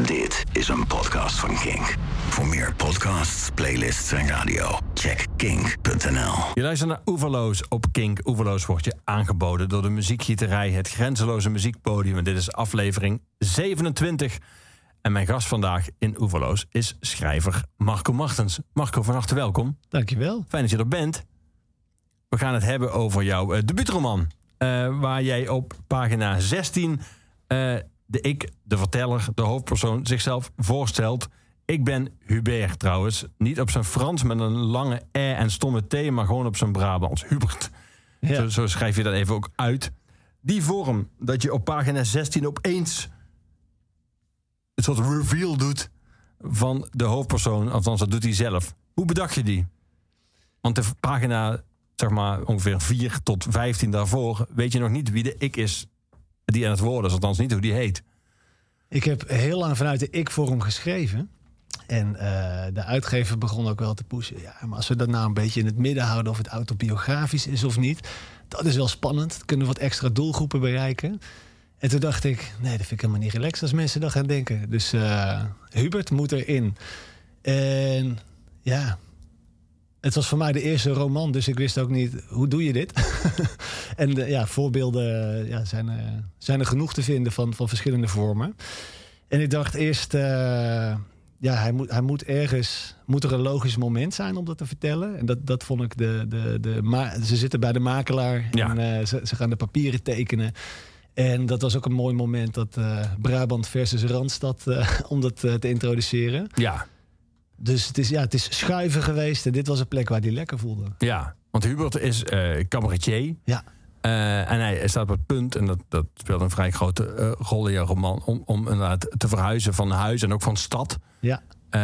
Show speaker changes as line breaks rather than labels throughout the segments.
Dit is een podcast van Kink. Voor meer podcasts, playlists en radio, check kink.nl.
Je luistert naar Oeverloos op Kink. Oeverloos wordt je aangeboden door de muziekgieterij, het grenzeloze muziekpodium. En dit is aflevering 27. En mijn gast vandaag in Oeverloos is schrijver Marco Martens. Marco, van harte welkom.
Dankjewel.
Fijn dat je er bent. We gaan het hebben over jouw debuutroman. Waar jij op pagina 16 de verteller, de hoofdpersoon, zichzelf voorstelt. Ik ben Hubert trouwens. Niet op zijn Frans met een lange E en stomme T, maar gewoon op zijn Brabants. Hubert. Ja. Zo schrijf je dat even ook uit. Die vorm dat je op pagina 16 opeens een soort reveal doet van de hoofdpersoon. Althans, dat doet hij zelf. Hoe bedacht je die? Want de pagina, zeg maar, ongeveer 4 tot 15 daarvoor weet je nog niet wie de ik is die aan het woorden is. Althans niet hoe die heet.
Ik heb heel lang vanuit de ik-vorm geschreven. En de uitgever begon ook wel te pushen. Ja, maar als we dat nou een beetje in het midden houden of het autobiografisch is of niet, dat is wel spannend. Dan kunnen we wat extra doelgroepen bereiken. En toen dacht ik, nee, dat vind ik helemaal niet relaxed als mensen dat gaan denken. Dus Hubert moet erin. En ja, het was voor mij de eerste roman, dus ik wist ook niet, hoe doe je dit? En voorbeelden zijn er genoeg te vinden van verschillende vormen. En ik dacht eerst, hij moet ergens, moet er een logisch moment zijn om dat te vertellen. En dat vond ik ze zitten bij de makelaar en ze gaan de papieren tekenen. En dat was ook een mooi moment dat Brabant versus Randstad, om dat te introduceren. Ja. Dus het is schuiven geweest en dit was een plek waar hij lekker voelde. Ja,
want Hubert is cabaretier. Ja. En hij staat op het punt, en dat speelt een vrij grote rol in jouw roman, om inderdaad te verhuizen van huis en ook van stad. Ja.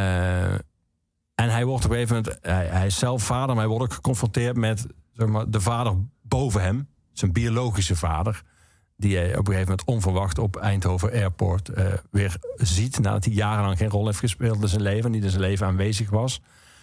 En hij wordt op een gegeven moment, hij is zelf vader, maar hij wordt ook geconfronteerd met, zeg maar, de vader boven hem, zijn biologische vader, die hij op een gegeven moment onverwacht op Eindhoven Airport weer ziet, nadat hij jarenlang geen rol heeft gespeeld in zijn leven, niet in zijn leven aanwezig was.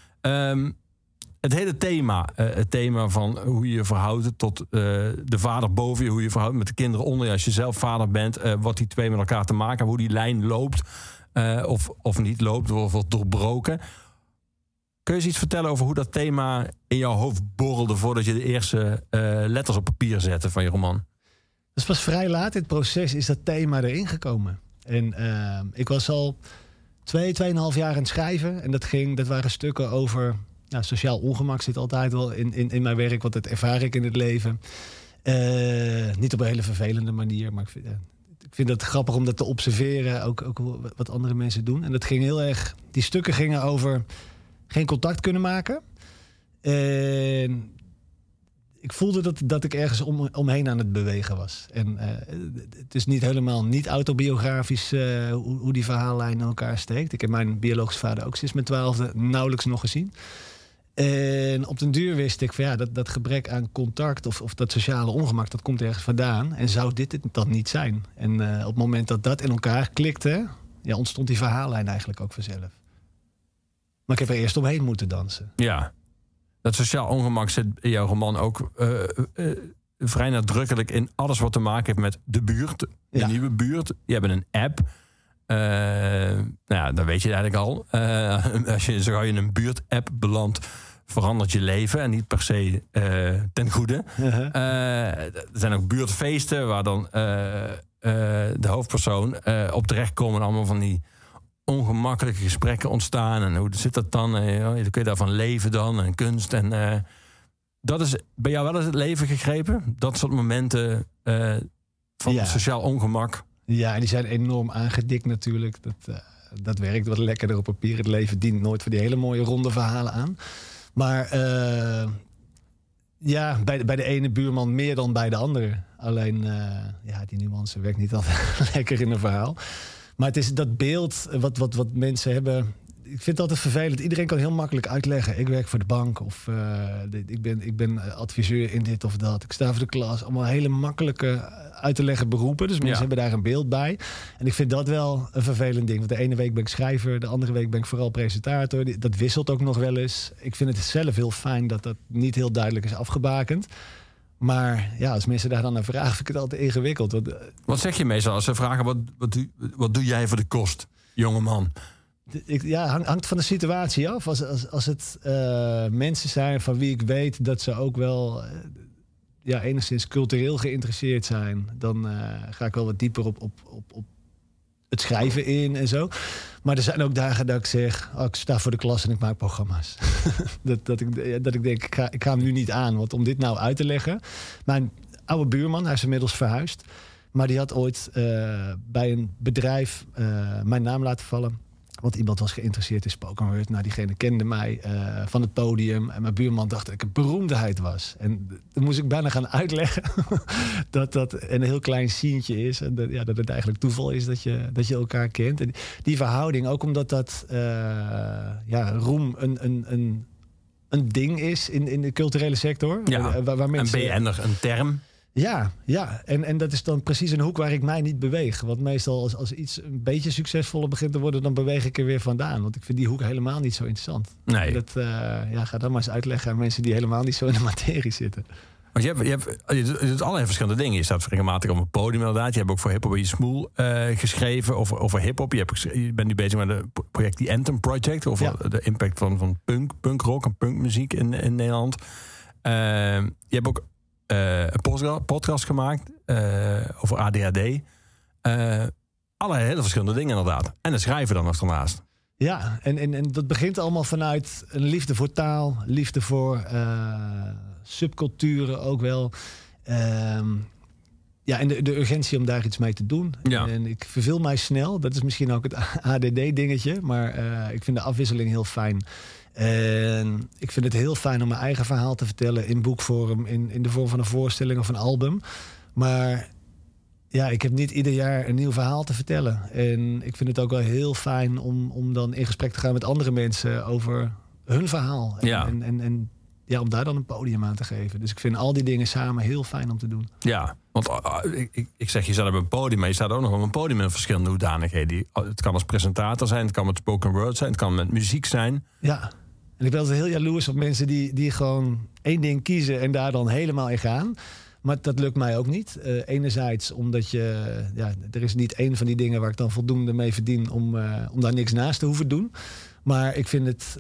Het hele thema, het thema van hoe je je verhoudt tot de vader boven je, hoe je je verhoudt met de kinderen onder je als je zelf vader bent, wat die twee met elkaar te maken hebben, hoe die lijn loopt of niet loopt, of wordt doorbroken. Kun je eens iets vertellen over hoe dat thema in jouw hoofd borrelde voordat je de eerste letters op papier zette van je roman?
Dus pas vrij laat in het proces is dat thema erin gekomen. En ik was al 2,5 jaar aan het schrijven. En dat waren stukken over sociaal ongemak zit altijd wel in mijn werk. Want dat ervaar ik in het leven. Niet op een hele vervelende manier. Maar ik vind het grappig om dat te observeren. Ook wat andere mensen doen. En dat ging heel erg. Die stukken gingen over geen contact kunnen maken. En ik voelde dat ik ergens omheen aan het bewegen was. En het is niet helemaal niet autobiografisch hoe die verhaallijn in elkaar steekt. Ik heb mijn biologische vader ook sinds mijn 12e nauwelijks nog gezien. En op den duur wist ik van dat gebrek aan contact of dat sociale ongemak, dat komt ergens vandaan. En zou dit het dan niet zijn? En op het moment dat in elkaar klikte, ontstond die verhaallijn eigenlijk ook vanzelf. Maar ik heb er eerst omheen moeten dansen.
Ja. Dat sociaal ongemak zit in jouw roman ook vrij nadrukkelijk in alles wat te maken heeft met de buurt. De nieuwe buurt. Je hebt een app. Dat weet je eigenlijk al. Als je zo gauw in een buurt-app belandt, verandert je leven. En niet per se ten goede. Uh-huh. Er zijn ook buurtfeesten waar dan de hoofdpersoon op terechtkomen. Allemaal van die ongemakkelijke gesprekken ontstaan. En hoe zit dat dan? Kun je daarvan leven dan? En kunst. En dat is bij jou wel eens het leven gegrepen? Dat soort momenten van sociaal ongemak?
Ja, en die zijn enorm aangedikt natuurlijk. Dat werkt wat lekkerder op papier. Het leven dient nooit voor die hele mooie ronde verhalen aan. Maar bij de ene buurman meer dan bij de andere. Alleen, die nuance werkt niet altijd lekker in een verhaal. Maar het is dat beeld wat mensen hebben. Ik vind het altijd vervelend. Iedereen kan heel makkelijk uitleggen. Ik werk voor de bank of ik ben adviseur in dit of dat. Ik sta voor de klas. Allemaal hele makkelijke uit te leggen beroepen. Dus mensen hebben daar een beeld bij. En ik vind dat wel een vervelend ding. Want de ene week ben ik schrijver. De andere week ben ik vooral presentator. Dat wisselt ook nog wel eens. Ik vind het zelf heel fijn dat dat niet heel duidelijk is afgebakend. Maar als mensen daar dan naar vragen, vind ik het altijd ingewikkeld.
Wat zeg je meestal als ze vragen, wat doe jij voor de kost? jongeman?
Hangt van de situatie af. Als het mensen zijn van wie ik weet dat ze ook wel enigszins cultureel geïnteresseerd zijn, dan ga ik wel wat dieper op het schrijven in en zo. Maar er zijn ook dagen dat ik zeg, ik sta voor de klas en ik maak programma's. dat ik denk, ik ga hem nu niet aan. Want om dit nou uit te leggen. Mijn oude buurman, hij is inmiddels verhuisd. Maar die had ooit bij een bedrijf mijn naam laten vallen. Want iemand was geïnteresseerd in spoken word. Nou, diegene kende mij van het podium. En mijn buurman dacht dat ik een beroemdheid was. En dan moest ik bijna gaan uitleggen dat een heel klein sientje is. En dat het eigenlijk toeval is dat je elkaar kent. En die verhouding, ook omdat dat roem een ding is in de culturele sector.
Ja, waar mensen, en BN'er, een term.
Ja. En dat is dan precies een hoek waar ik mij niet beweeg. Want meestal als iets een beetje succesvoller begint te worden, dan beweeg ik er weer vandaan. Want ik vind die hoek helemaal niet zo interessant.
Nee.
Dat, ga dat maar eens uitleggen aan mensen die helemaal niet zo in de materie zitten.
Want je doet allerlei verschillende dingen. Je staat regelmatig op een podium inderdaad. Je hebt ook voor Hip Hop in je Smoel geschreven over hip-hop. Je bent nu bezig met het project The Anthem Project. Over de impact van punkrock en punkmuziek in Nederland. Je hebt ook een podcast gemaakt over ADHD. Allerlei hele verschillende dingen inderdaad. En het schrijven dan nog ernaast.
Ja, en dat begint allemaal vanuit een liefde voor taal. Liefde voor subculturen ook wel. En de urgentie om daar iets mee te doen.
Ja.
En ik verveel mij snel. Dat is misschien ook het ADD-dingetje. Maar ik vind de afwisseling heel fijn. En ik vind het heel fijn om mijn eigen verhaal te vertellen in boekvorm, in de vorm van een voorstelling of een album. Maar ik heb niet ieder jaar een nieuw verhaal te vertellen. En ik vind het ook wel heel fijn om dan in gesprek te gaan met andere mensen over hun verhaal. En om daar dan een podium aan te geven. Dus ik vind al die dingen samen heel fijn om te doen. Ja,
want ik zeg, je staat op een podium, maar je staat ook nog op een podium in verschillende hoedanigheden. Het kan als presentator zijn, het kan met spoken word zijn, het kan met muziek zijn.
Ja, en ik ben altijd heel jaloers op mensen die gewoon één ding kiezen en daar dan helemaal in gaan. Maar dat lukt mij ook niet. Enerzijds omdat er is niet één van die dingen waar ik dan voldoende mee verdien om daar niks naast te hoeven doen. Maar ik vind het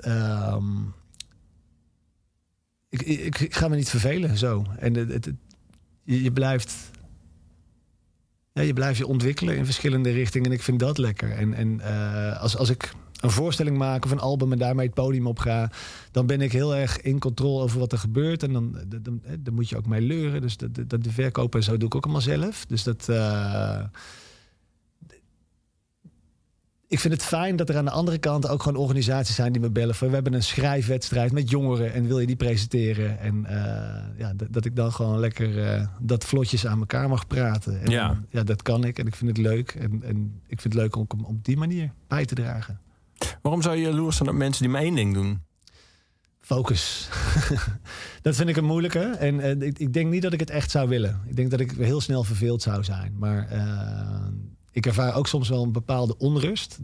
Ik ga me niet vervelen zo. En je blijft je ontwikkelen in verschillende richtingen. En ik vind dat lekker. En als ik een voorstelling maak of een album en daarmee het podium op ga, dan ben ik heel erg in controle over wat er gebeurt. En dan moet je ook mee leuren. Dus de verkoop en zo doe ik ook allemaal zelf. Dus ik vind het fijn dat er aan de andere kant ook gewoon organisaties zijn die me bellen. We hebben een schrijfwedstrijd met jongeren en wil je die presenteren? En dat ik dan gewoon lekker dat vlotjes aan elkaar mag praten. En dat kan ik en ik vind het leuk. En ik vind het leuk om op die manier bij te dragen.
Waarom zou je jaloers zijn op mensen die maar één ding doen?
Focus. Dat vind ik een moeilijke. En ik denk niet dat ik het echt zou willen. Ik denk dat ik heel snel verveeld zou zijn. Maar ik ervaar ook soms wel een bepaalde onrust.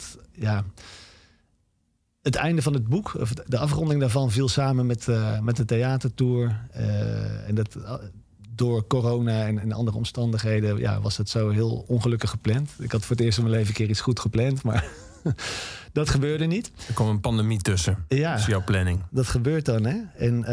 Het einde van het boek, of de afronding daarvan, viel samen met de theatertour. En dat door corona en andere omstandigheden was dat zo heel ongelukkig gepland. Ik had voor het eerst in mijn leven een keer iets goed gepland, maar dat gebeurde niet.
Er kwam een pandemie tussen. Ja, dat is jouw planning.
Dat gebeurt dan, hè? En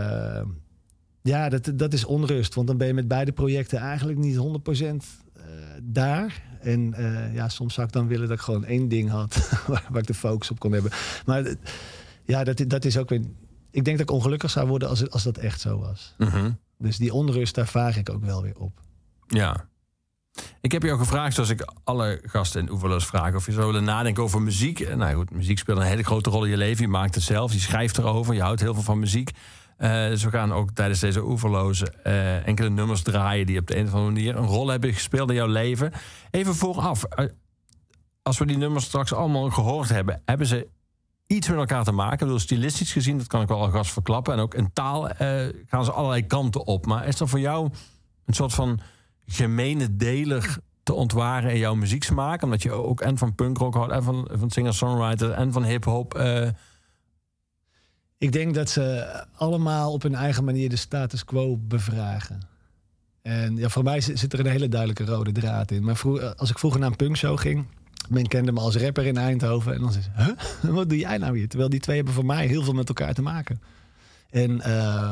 dat is onrust. Want dan ben je met beide projecten eigenlijk niet 100% daar. En soms zou ik dan willen dat ik gewoon één ding had waar ik de focus op kon hebben. Maar dat is ook weer. Ik denk dat ik ongelukkig zou worden als dat echt zo was.
Mm-hmm.
Dus die onrust, daar vaag ik ook wel weer op.
Ja. Ik heb je ook gevraagd, zoals ik alle gasten in Oeverloos vraag, of je zou willen nadenken over muziek. Nou goed, muziek speelt een hele grote rol in je leven. Je maakt het zelf, je schrijft erover, je houdt heel veel van muziek. Dus we gaan ook tijdens deze Oeverloze enkele nummers draaien die op de een of andere manier een rol hebben gespeeld in jouw leven. Even vooraf, als we die nummers straks allemaal gehoord hebben ze iets met elkaar te maken? Ik bedoel, stilistisch gezien, dat kan ik wel alvast verklappen. En ook in taal gaan ze allerlei kanten op. Maar is er voor jou een soort van gemene deler te ontwaren in jouw muzieksmaak? Omdat je ook en van punkrock houdt, en van singer-songwriter, en van hip-hop.
Ik denk dat ze allemaal op hun eigen manier de status quo bevragen. En voor mij zit er een hele duidelijke rode draad in. Maar als ik vroeger naar een punkshow ging, Men kende me als rapper in Eindhoven. En dan zei ze, wat doe jij nou hier? Terwijl die twee hebben voor mij heel veel met elkaar te maken. En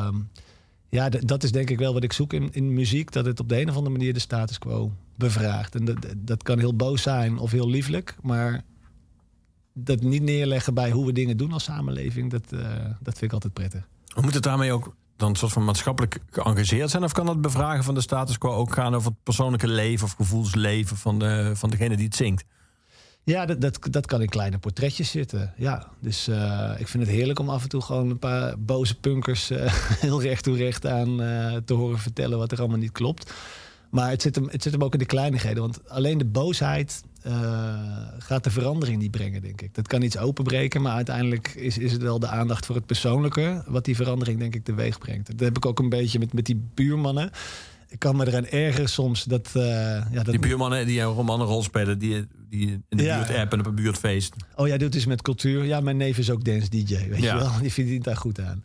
dat is denk ik wel wat ik zoek in muziek. Dat het op de een of andere manier de status quo bevraagt. En dat kan heel boos zijn of heel lieflijk. Maar dat niet neerleggen bij hoe we dingen doen als samenleving... dat vind ik altijd prettig.
Moet het daarmee ook dan een soort van maatschappelijk geëngageerd zijn? Of kan dat bevragen van de status quo ook gaan over het persoonlijke leven... of gevoelsleven van degene die het zingt?
Ja, dat kan in kleine portretjes zitten. Ja, dus ik vind het heerlijk om af en toe gewoon een paar boze punkers... heel recht toe recht aan te horen vertellen wat er allemaal niet klopt. Maar het zit hem ook in de kleinigheden. Want alleen de boosheid gaat de verandering niet brengen, denk ik. Dat kan iets openbreken, maar uiteindelijk is het wel de aandacht voor het persoonlijke... wat die verandering, denk ik, teweeg brengt. Dat heb ik ook een beetje met die buurmannen. Ik kan me eraan ergeren soms dat...
die buurmannen die een romanenrol spelen... die in de buurt appen en op een buurtfeest.
Oh, jij doet dus met cultuur. Ja, mijn neef is ook dance-dj, weet je wel. Die verdient daar goed aan.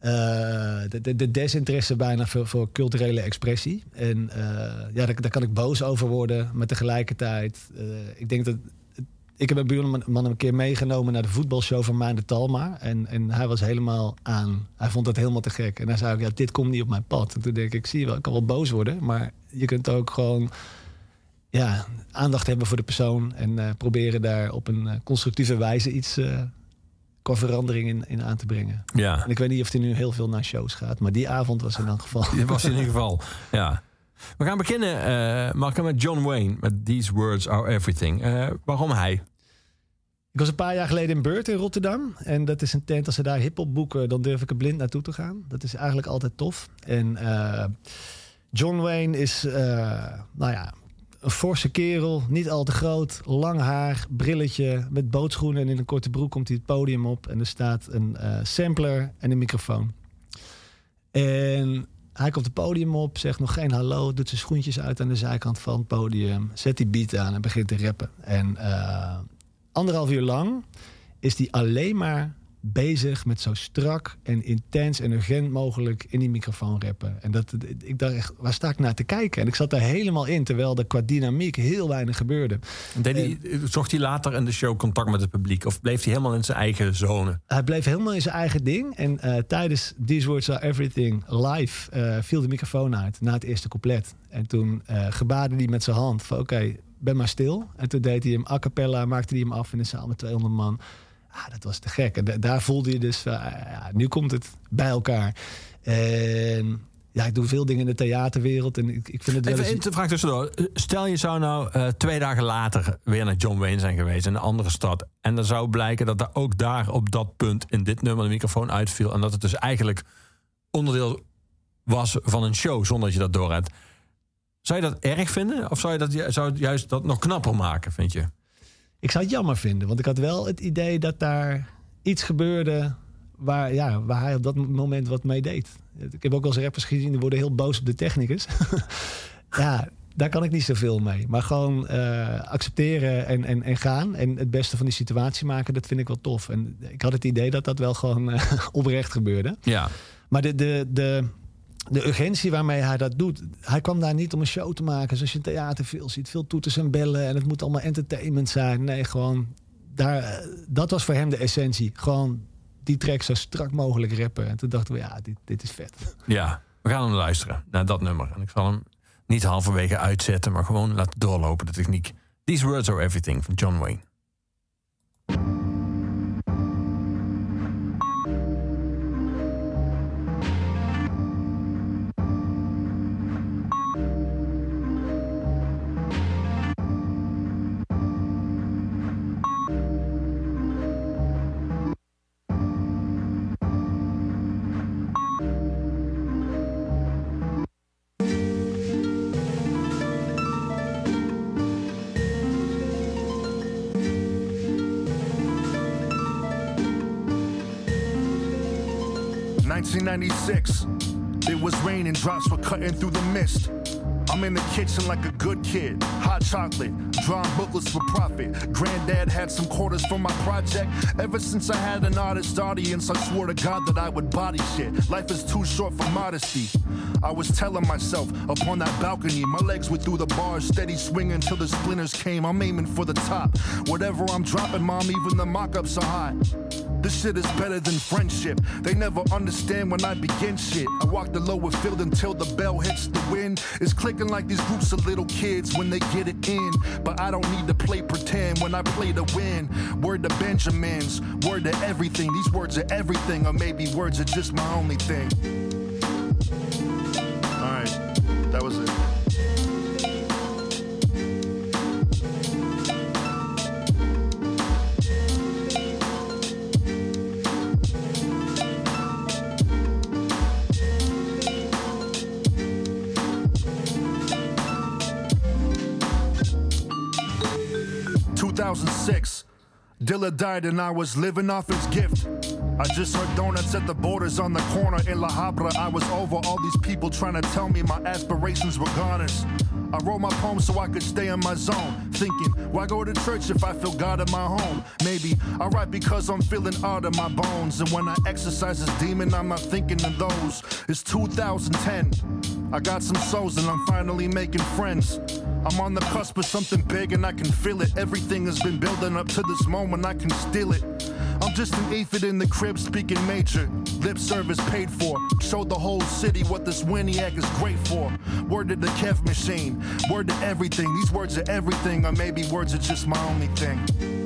De desinteresse bijna voor culturele expressie. En daar kan ik boos over worden. Maar tegelijkertijd... ik denk dat... Ik heb een buurman een keer meegenomen naar de voetbalshow van Maan de Talma. En hij was helemaal aan. Hij vond dat helemaal te gek. En hij zei ook, dit komt niet op mijn pad. En toen denk ik, zie je wel, ik kan wel boos worden. Maar je kunt ook gewoon aandacht hebben voor de persoon. En proberen daar op een constructieve wijze iets qua verandering in aan te brengen.
Ja.
En ik weet niet of hij nu heel veel naar shows gaat. Maar die avond was in elk geval.
Die was in ieder geval, ja. We gaan beginnen, Marco, met John Wayne. Met These Words Are Everything. Waarom hij?
Ik was een paar jaar geleden in Beurt in Rotterdam. En dat is een tent, als ze daar hiphop boeken... dan durf ik er blind naartoe te gaan. Dat is eigenlijk altijd tof. En John Wayne is een forse kerel. Niet al te groot. Lang haar, brilletje, met bootschoenen. En in een korte broek komt hij het podium op. En er staat een sampler en een microfoon. En... hij komt het podium op, zegt nog geen hallo... doet zijn schoentjes uit aan de zijkant van het podium... zet die beat aan en begint te rappen. En 1,5 uur lang is hij alleen maar bezig met zo strak en intens en urgent mogelijk... in die microfoon rappen. En ik dacht echt, waar sta ik naar te kijken? En ik zat daar helemaal in, terwijl er qua dynamiek heel weinig gebeurde.
Zocht hij later in de show contact met het publiek? Of bleef hij helemaal in zijn eigen zone?
Hij bleef helemaal in zijn eigen ding. En tijdens These Words Are Everything live viel de microfoon uit na het eerste couplet. En toen gebaarde hij met zijn hand van oké, ben maar stil. En toen deed hij hem a cappella, maakte hij hem af in een zaal met 200 man. Dat was te gek. En daar voelde je dus, nu komt het bij elkaar. En ik doe veel dingen in de theaterwereld. En ik vind het wel
even een vraag tussendoor. Stel je zou nou 2 dagen later weer naar John Wayne zijn geweest... in een andere stad. En dan zou blijken dat er ook daar op dat punt... in dit nummer de microfoon uitviel. En dat het dus eigenlijk onderdeel was van een show... zonder dat je dat door hebt. Zou je dat erg vinden? Of zou het juist dat nog knapper maken, vind je?
Ik zou het jammer vinden, want ik had wel het idee dat daar iets gebeurde waar hij op dat moment wat mee deed. Ik heb ook wel eens rappers gezien, die worden heel boos op de technicus. Daar kan ik niet zoveel mee. Maar gewoon accepteren en gaan en het beste van die situatie maken, dat vind ik wel tof. En ik had het idee dat dat wel gewoon oprecht gebeurde.
Ja.
Maar de urgentie waarmee hij dat doet... hij kwam daar niet om een show te maken... zoals je in theater veel ziet. Veel toeters en bellen en het moet allemaal entertainment zijn. Nee, gewoon... dat was voor hem de essentie. Gewoon die track zo strak mogelijk rappen. En toen dachten we, dit is vet.
Ja, we gaan hem luisteren naar dat nummer. En ik zal hem niet halverwege uitzetten... maar gewoon laten doorlopen, de techniek. These Words Are Everything van John Wayne.
...1996. It was raining, drops were cutting through the mist. I'm in the kitchen like a good kid. Hot chocolate, drawing booklets for profit. Granddad had some quarters for my project. Ever since I had an artist audience, I swore to God that I would body shit. Life is too short for modesty. I was telling myself upon that balcony, my legs were through the bars, steady swinging till the splinters came. I'm aiming for the top. Whatever I'm dropping, mom, even the mock-ups are hot. This shit is better than friendship. They never understand when I begin shit. I walk the lower field until the bell hits the wind. It's clicking like these groups of little kids when they get it in. But I don't need to play pretend when I play to win. Word to Benjamins, word to everything. These words are everything, or maybe words are just my only thing. Alright, that was it. 2006, Dilla died and I was living off his gift. I just heard donuts at the Borders on the corner in La Habra. I was over all these people trying to tell me my aspirations were goners. I wrote my poem so I could stay in my zone, thinking, why go to church if I feel God in my home? Maybe I write because I'm feeling art in my bones, and when I exercise this demon, I'm not thinking of those. It's 2010, I got some souls and I'm finally making friends. I'm on the cusp of something big and I can feel it. Everything has been building up to this moment, I can steal it. I'm just an aphid in the crib speaking major. Lip service paid for. Show the whole city what this Winiac is great for. Word to the Kev machine. Word to everything. These words are everything, or maybe words are just my only thing.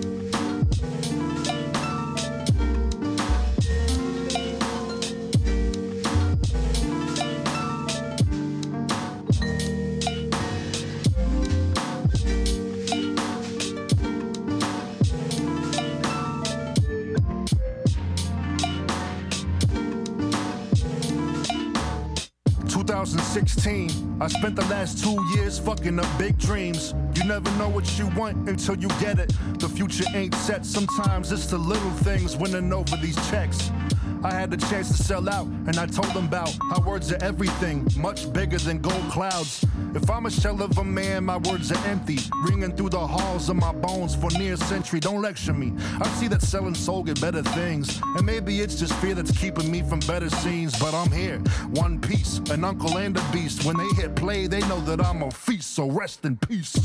2016, I spent the last 2 years fucking up big dreams. You never know what you want until you get it. The future ain't set, sometimes it's the little things winning over these checks. I had the chance to sell out, and I told them about how words are everything, much bigger than gold clouds. If I'm a shell of a man, my words are empty, ringing through the halls of my bones for near a century. Don't lecture me. I see that selling soul get better things, and maybe it's just fear that's keeping me from better scenes. But I'm here, one piece, an uncle and a beast. When they hit play, they know that I'm a feast, so rest in peace.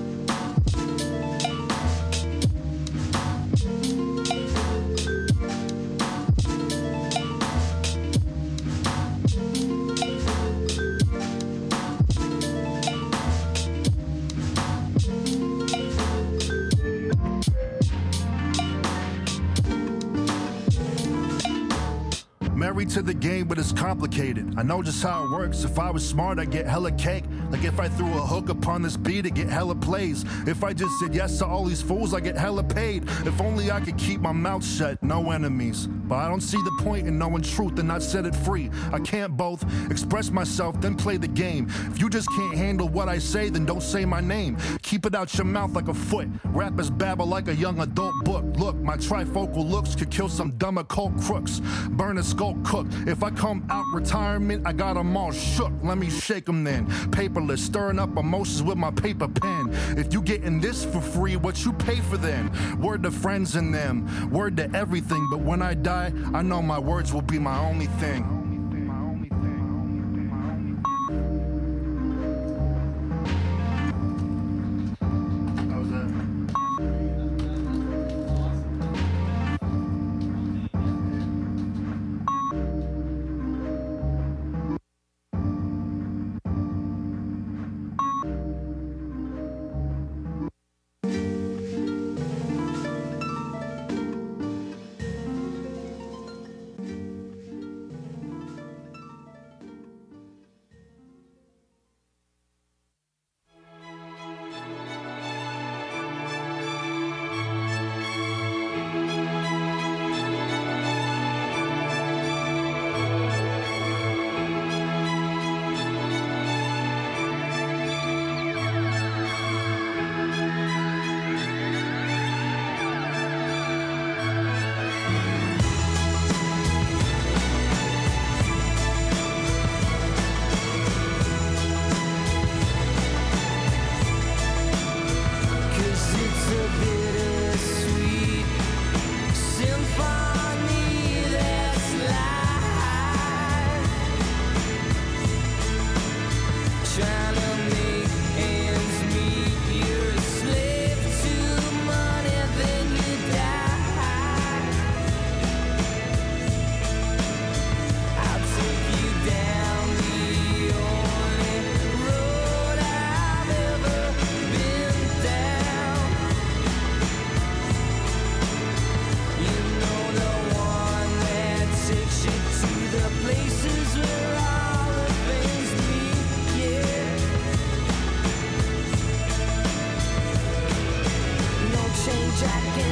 Married to the game, but it's complicated. I know just how it works. If I was smart, I'd get hella cake. Like if I threw a hook upon this beat, I'd get hella plays. If I just said yes to all these fools, I get hella paid. If only I could keep my mouth shut, no enemies. But I don't see the point in knowing truth and not set it free. I can't both express myself, then play the game. If you just can't handle what I say, then don't say my name. Keep it out your mouth like a foot. Rappers babble like a young adult book. Look, my trifocal looks could kill some dumb occult crooks. Burn a skull cook. If I come out retirement, I got them all shook. Let me shake them then. Paperless, stirring up emotions with my paper pen. If you getting this for free, what you pay for then? Word to friends and them, word to everything. But when I die, I know my words will be my only thing.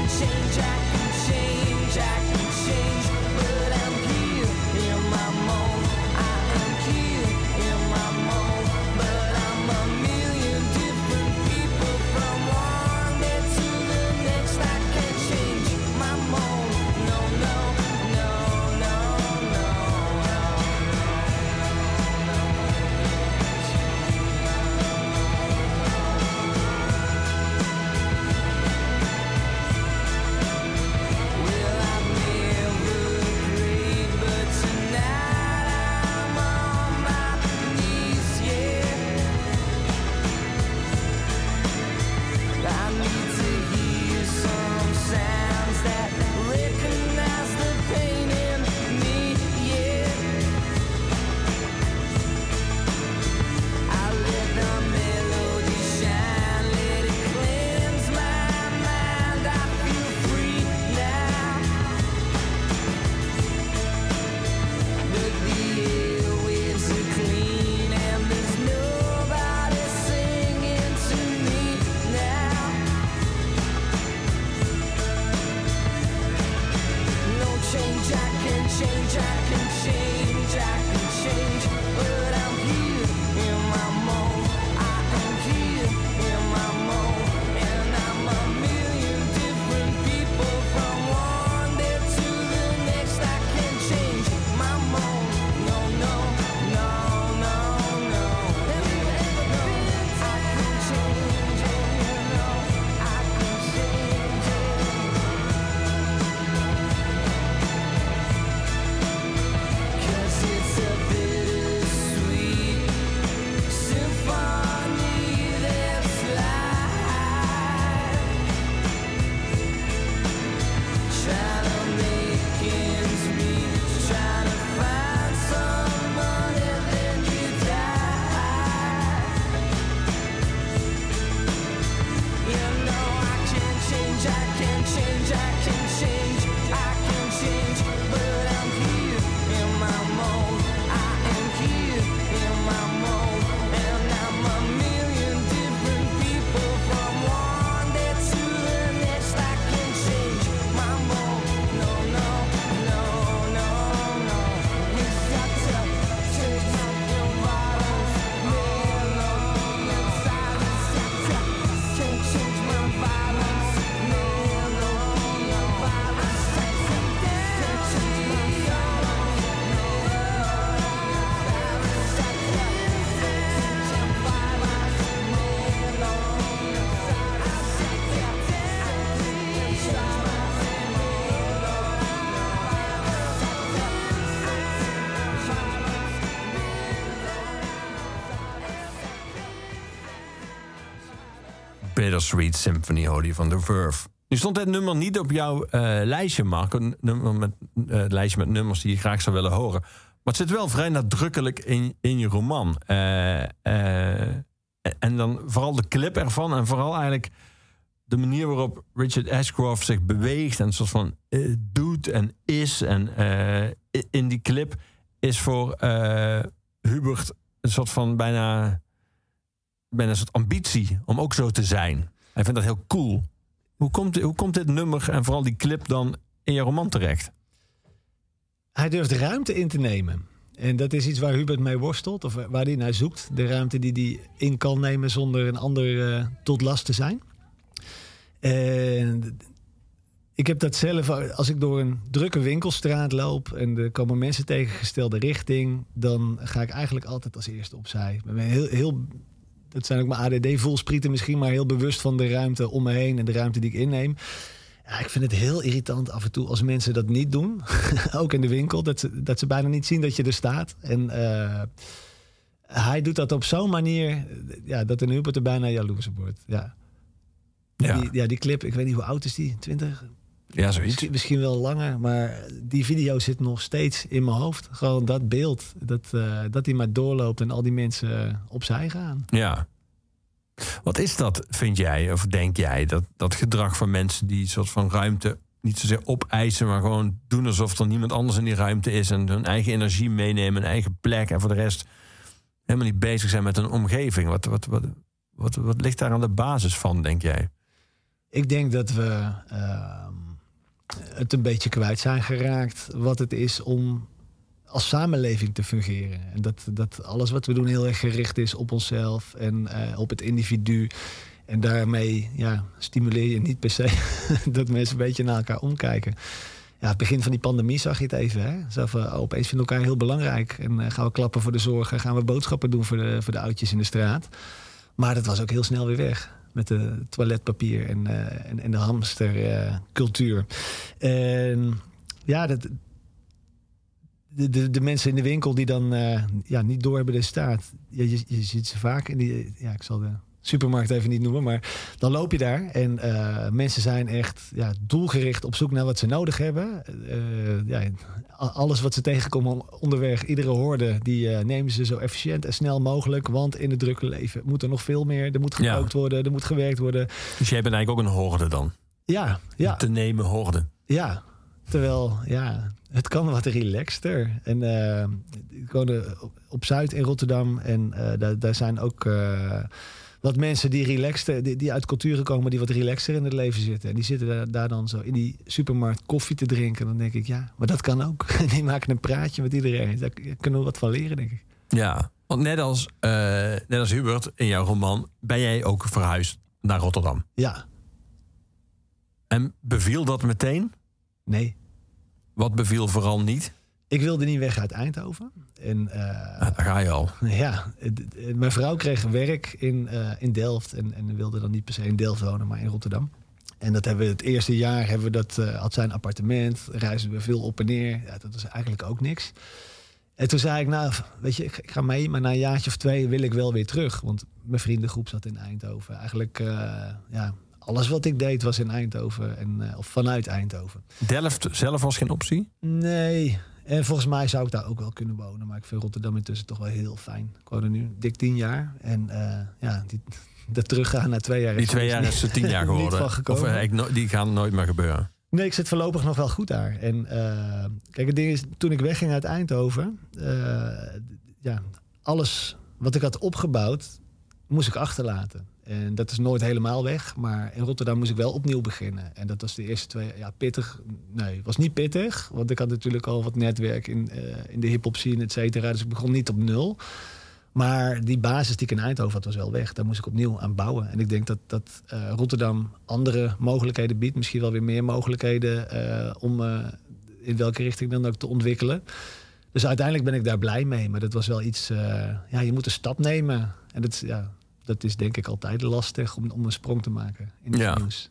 Bittersweet Symphony hoorde je van The Verve. Nu stond het nummer niet op jouw lijstje, Mark. Een lijstje met nummers die je graag zou willen horen. Maar het zit wel vrij nadrukkelijk in je roman. En dan vooral de clip ervan. En vooral eigenlijk de manier waarop Richard Ashcroft zich beweegt. En een soort van doet en is. En in die clip is voor Hubert een soort van bijna een soort ambitie om ook zo te zijn. Hij vindt dat heel cool. Hoe komt dit nummer en vooral die clip dan in je roman terecht?
Hij durft ruimte in te nemen. En dat is iets waar Hubert mee worstelt. Of waar hij naar zoekt. De ruimte die hij in kan nemen zonder een ander tot last te zijn. En ik heb dat zelf, als ik door een drukke winkelstraat loop en er komen mensen tegengestelde richting, dan ga ik eigenlijk altijd als eerste opzij. Ik ben heel dat zijn ook mijn ADD-voelsprieten misschien, maar heel bewust van de ruimte om me heen en de ruimte die ik inneem. Ja, ik vind het heel irritant af en toe als mensen dat niet doen. Ook in de winkel, dat ze bijna niet zien dat je er staat. En hij doet dat op zo'n manier dat een Hubert er bijna jaloers op wordt. Ja. Die clip, ik weet niet hoe oud is die? 20?
Ja, zoiets.
Misschien wel langer, maar die video zit nog steeds in mijn hoofd. Gewoon dat beeld, dat hij maar doorloopt en al die mensen opzij gaan.
Ja. Wat is dat, vind jij, of denk jij, dat gedrag van mensen die een soort van ruimte niet zozeer opeisen, maar gewoon doen alsof er niemand anders in die ruimte is en hun eigen energie meenemen, een eigen plek en voor de rest helemaal niet bezig zijn met een omgeving? Wat ligt daar aan de basis van, denk jij?
Ik denk dat we het een beetje kwijt zijn geraakt wat het is om als samenleving te fungeren. En dat alles wat we doen heel erg gericht is op onszelf en op het individu. En daarmee stimuleer je niet per se dat mensen een beetje naar elkaar omkijken. Ja, het begin van die pandemie zag je het even. Hè? Zo van, opeens vinden we elkaar heel belangrijk. En gaan we klappen voor de zorgen, gaan we boodschappen doen voor de oudjes in de straat. Maar dat was ook heel snel weer weg. Met de toiletpapier en de hamstercultuur. En ja, de mensen in de winkel die dan niet doorhebben de staat. Je ziet ze vaak in die... Ja, ik zal de supermarkt even niet noemen, maar dan loop je daar. En mensen zijn echt doelgericht op zoek naar wat ze nodig hebben. Alles wat ze tegenkomen onderweg, iedere horde, die nemen ze zo efficiënt en snel mogelijk. Want in het drukke leven moet er nog veel meer. Er moet gekookt worden, er moet gewerkt worden.
Dus jij bent eigenlijk ook een horde dan?
Ja.
Te nemen horde.
Ja, terwijl het kan wat relaxter. En ik woonde op Zuid in Rotterdam. En daar zijn ook wat mensen die relaxter, die uit culturen komen, die wat relaxter in het leven zitten. En die zitten daar dan zo in die supermarkt koffie te drinken. Dan denk ik, maar dat kan ook. Die maken een praatje met iedereen. Daar kunnen we wat van leren, denk ik.
Ja, want net als Hubert in jouw roman ben jij ook verhuisd naar Rotterdam.
Ja.
En beviel dat meteen?
Nee.
Wat beviel vooral niet?
Ik wilde niet weg uit Eindhoven. En,
daar ga je al.
Ja, mijn vrouw kreeg werk in Delft. En wilde dan niet per se in Delft wonen, maar in Rotterdam. En dat hebben we het eerste jaar, had zij een appartement. Reisden we veel op en neer. Ja, dat was eigenlijk ook niks. En toen zei ik, weet je, ik ga mee. Maar na een jaartje of 2 wil ik wel weer terug. Want mijn vriendengroep zat in Eindhoven. Eigenlijk, alles wat ik deed was in Eindhoven. Of vanuit Eindhoven.
Delft zelf was geen optie?
Nee. En volgens mij zou ik daar ook wel kunnen wonen. Maar ik vind Rotterdam intussen toch wel heel fijn. Ik woon er nu dik 10 jaar. En dat teruggaan na 2 jaar...
Die 2 jaar is 10 jaar geworden. Of die gaan nooit meer gebeuren.
Nee, ik zit voorlopig nog wel goed daar. En kijk, het ding is, toen ik wegging uit Eindhoven... alles wat ik had opgebouwd, moest ik achterlaten. En dat is nooit helemaal weg. Maar in Rotterdam moest ik wel opnieuw beginnen. En dat was de eerste 2 jaar pittig. Nee, het was niet pittig. Want ik had natuurlijk al wat netwerk in de hip-hop scene, et cetera. Dus ik begon niet op 0. Maar die basis die ik in Eindhoven had, was wel weg. Daar moest ik opnieuw aan bouwen. En ik denk dat Rotterdam andere mogelijkheden biedt. Misschien wel weer meer mogelijkheden om in welke richting dan ook te ontwikkelen. Dus uiteindelijk ben ik daar blij mee. Maar dat was wel iets... je moet een stap nemen. En dat is denk ik altijd lastig om een sprong te maken in het nieuws.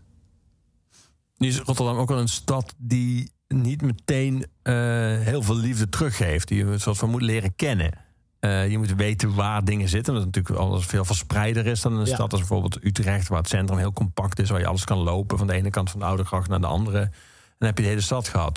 Nu is Rotterdam ook wel een stad die niet meteen heel veel liefde teruggeeft. Die je een soort van moet leren kennen. Je moet weten waar dingen zitten. Dat natuurlijk alles veel verspreider is dan een stad als bijvoorbeeld Utrecht, waar het centrum heel compact is, waar je alles kan lopen van de ene kant van de Oudegracht naar de andere. En dan heb je de hele stad gehad.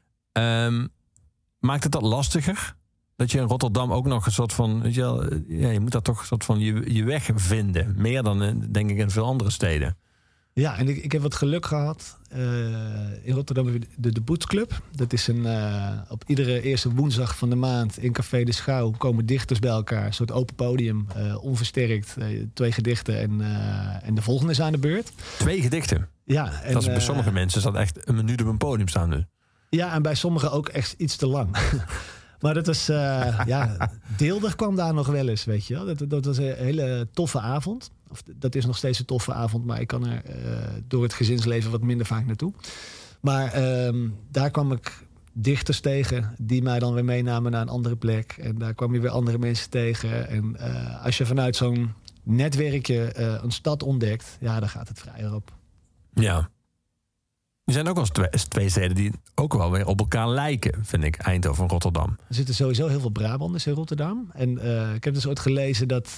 Maakt het dat lastiger? Dat je in Rotterdam ook nog een soort van... Weet je wel, je moet daar toch een soort van je weg vinden. Meer dan, denk ik, in veel andere steden.
Ja, en ik heb wat geluk gehad. In Rotterdam heb je de Boetsclub. Dat is op iedere eerste woensdag van de maand in Café de Schouw komen dichters bij elkaar. Een soort open podium, onversterkt. 2 gedichten en de volgende is aan de beurt.
2 gedichten?
Ja. En,
dat is bij sommige mensen is dat echt een minuut op een podium staan dus.
Ja, en bij sommigen ook echt iets te lang. Maar dat was... Deelder kwam daar nog wel eens, weet je wel. Dat was een hele toffe avond. Of, dat is nog steeds een toffe avond, maar ik kan er door het gezinsleven wat minder vaak naartoe. Maar daar kwam ik dichters tegen die mij dan weer meenamen naar een andere plek. En daar kwam je weer andere mensen tegen. En als je vanuit zo'n netwerkje een stad ontdekt, dan gaat het vrij op. Ja.
Er zijn ook wel eens 2 steden die ook wel weer op elkaar lijken, vind ik, Eindhoven en Rotterdam.
Er zitten sowieso heel veel Brabanders in Rotterdam. En ik heb dus ooit gelezen dat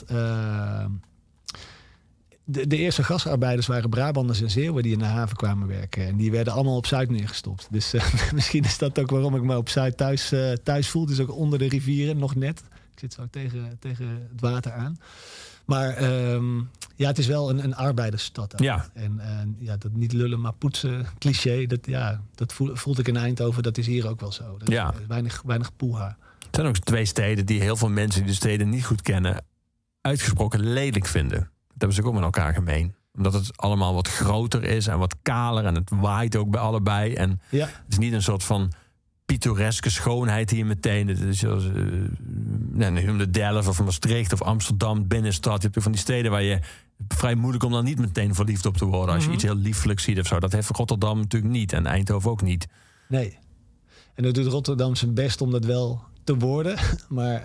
de eerste gastarbeiders waren Brabanders en Zeeuwen die in de haven kwamen werken. En die werden allemaal op Zuid neergestopt. Dus misschien is dat ook waarom ik me op Zuid thuis voel. Dus ook onder de rivieren, nog net. Ik zit zo tegen het water aan. Maar het is wel een arbeidersstad.
Ja.
En dat niet lullen, maar poetsen, cliché. Dat voelde ik in Eindhoven. Dat is hier ook wel zo. Dat is weinig poeha.
Er zijn ook 2 steden die heel veel mensen die de steden niet goed kennen uitgesproken lelijk vinden. Dat hebben ze ook met elkaar gemeen. Omdat het allemaal wat groter is en wat kaler. En het waait ook bij allebei. En het is niet een soort van pittoreske schoonheid hier meteen. Het is zoals de Delft of Maastricht of Amsterdam, binnenstad. Je hebt van die steden waar je vrij moeilijk om dan niet meteen verliefd op te worden. Als je iets heel lieflijks ziet of zo. Dat heeft Rotterdam natuurlijk niet. En Eindhoven ook niet.
Nee. En dat doet Rotterdam zijn best om dat wel te worden. Maar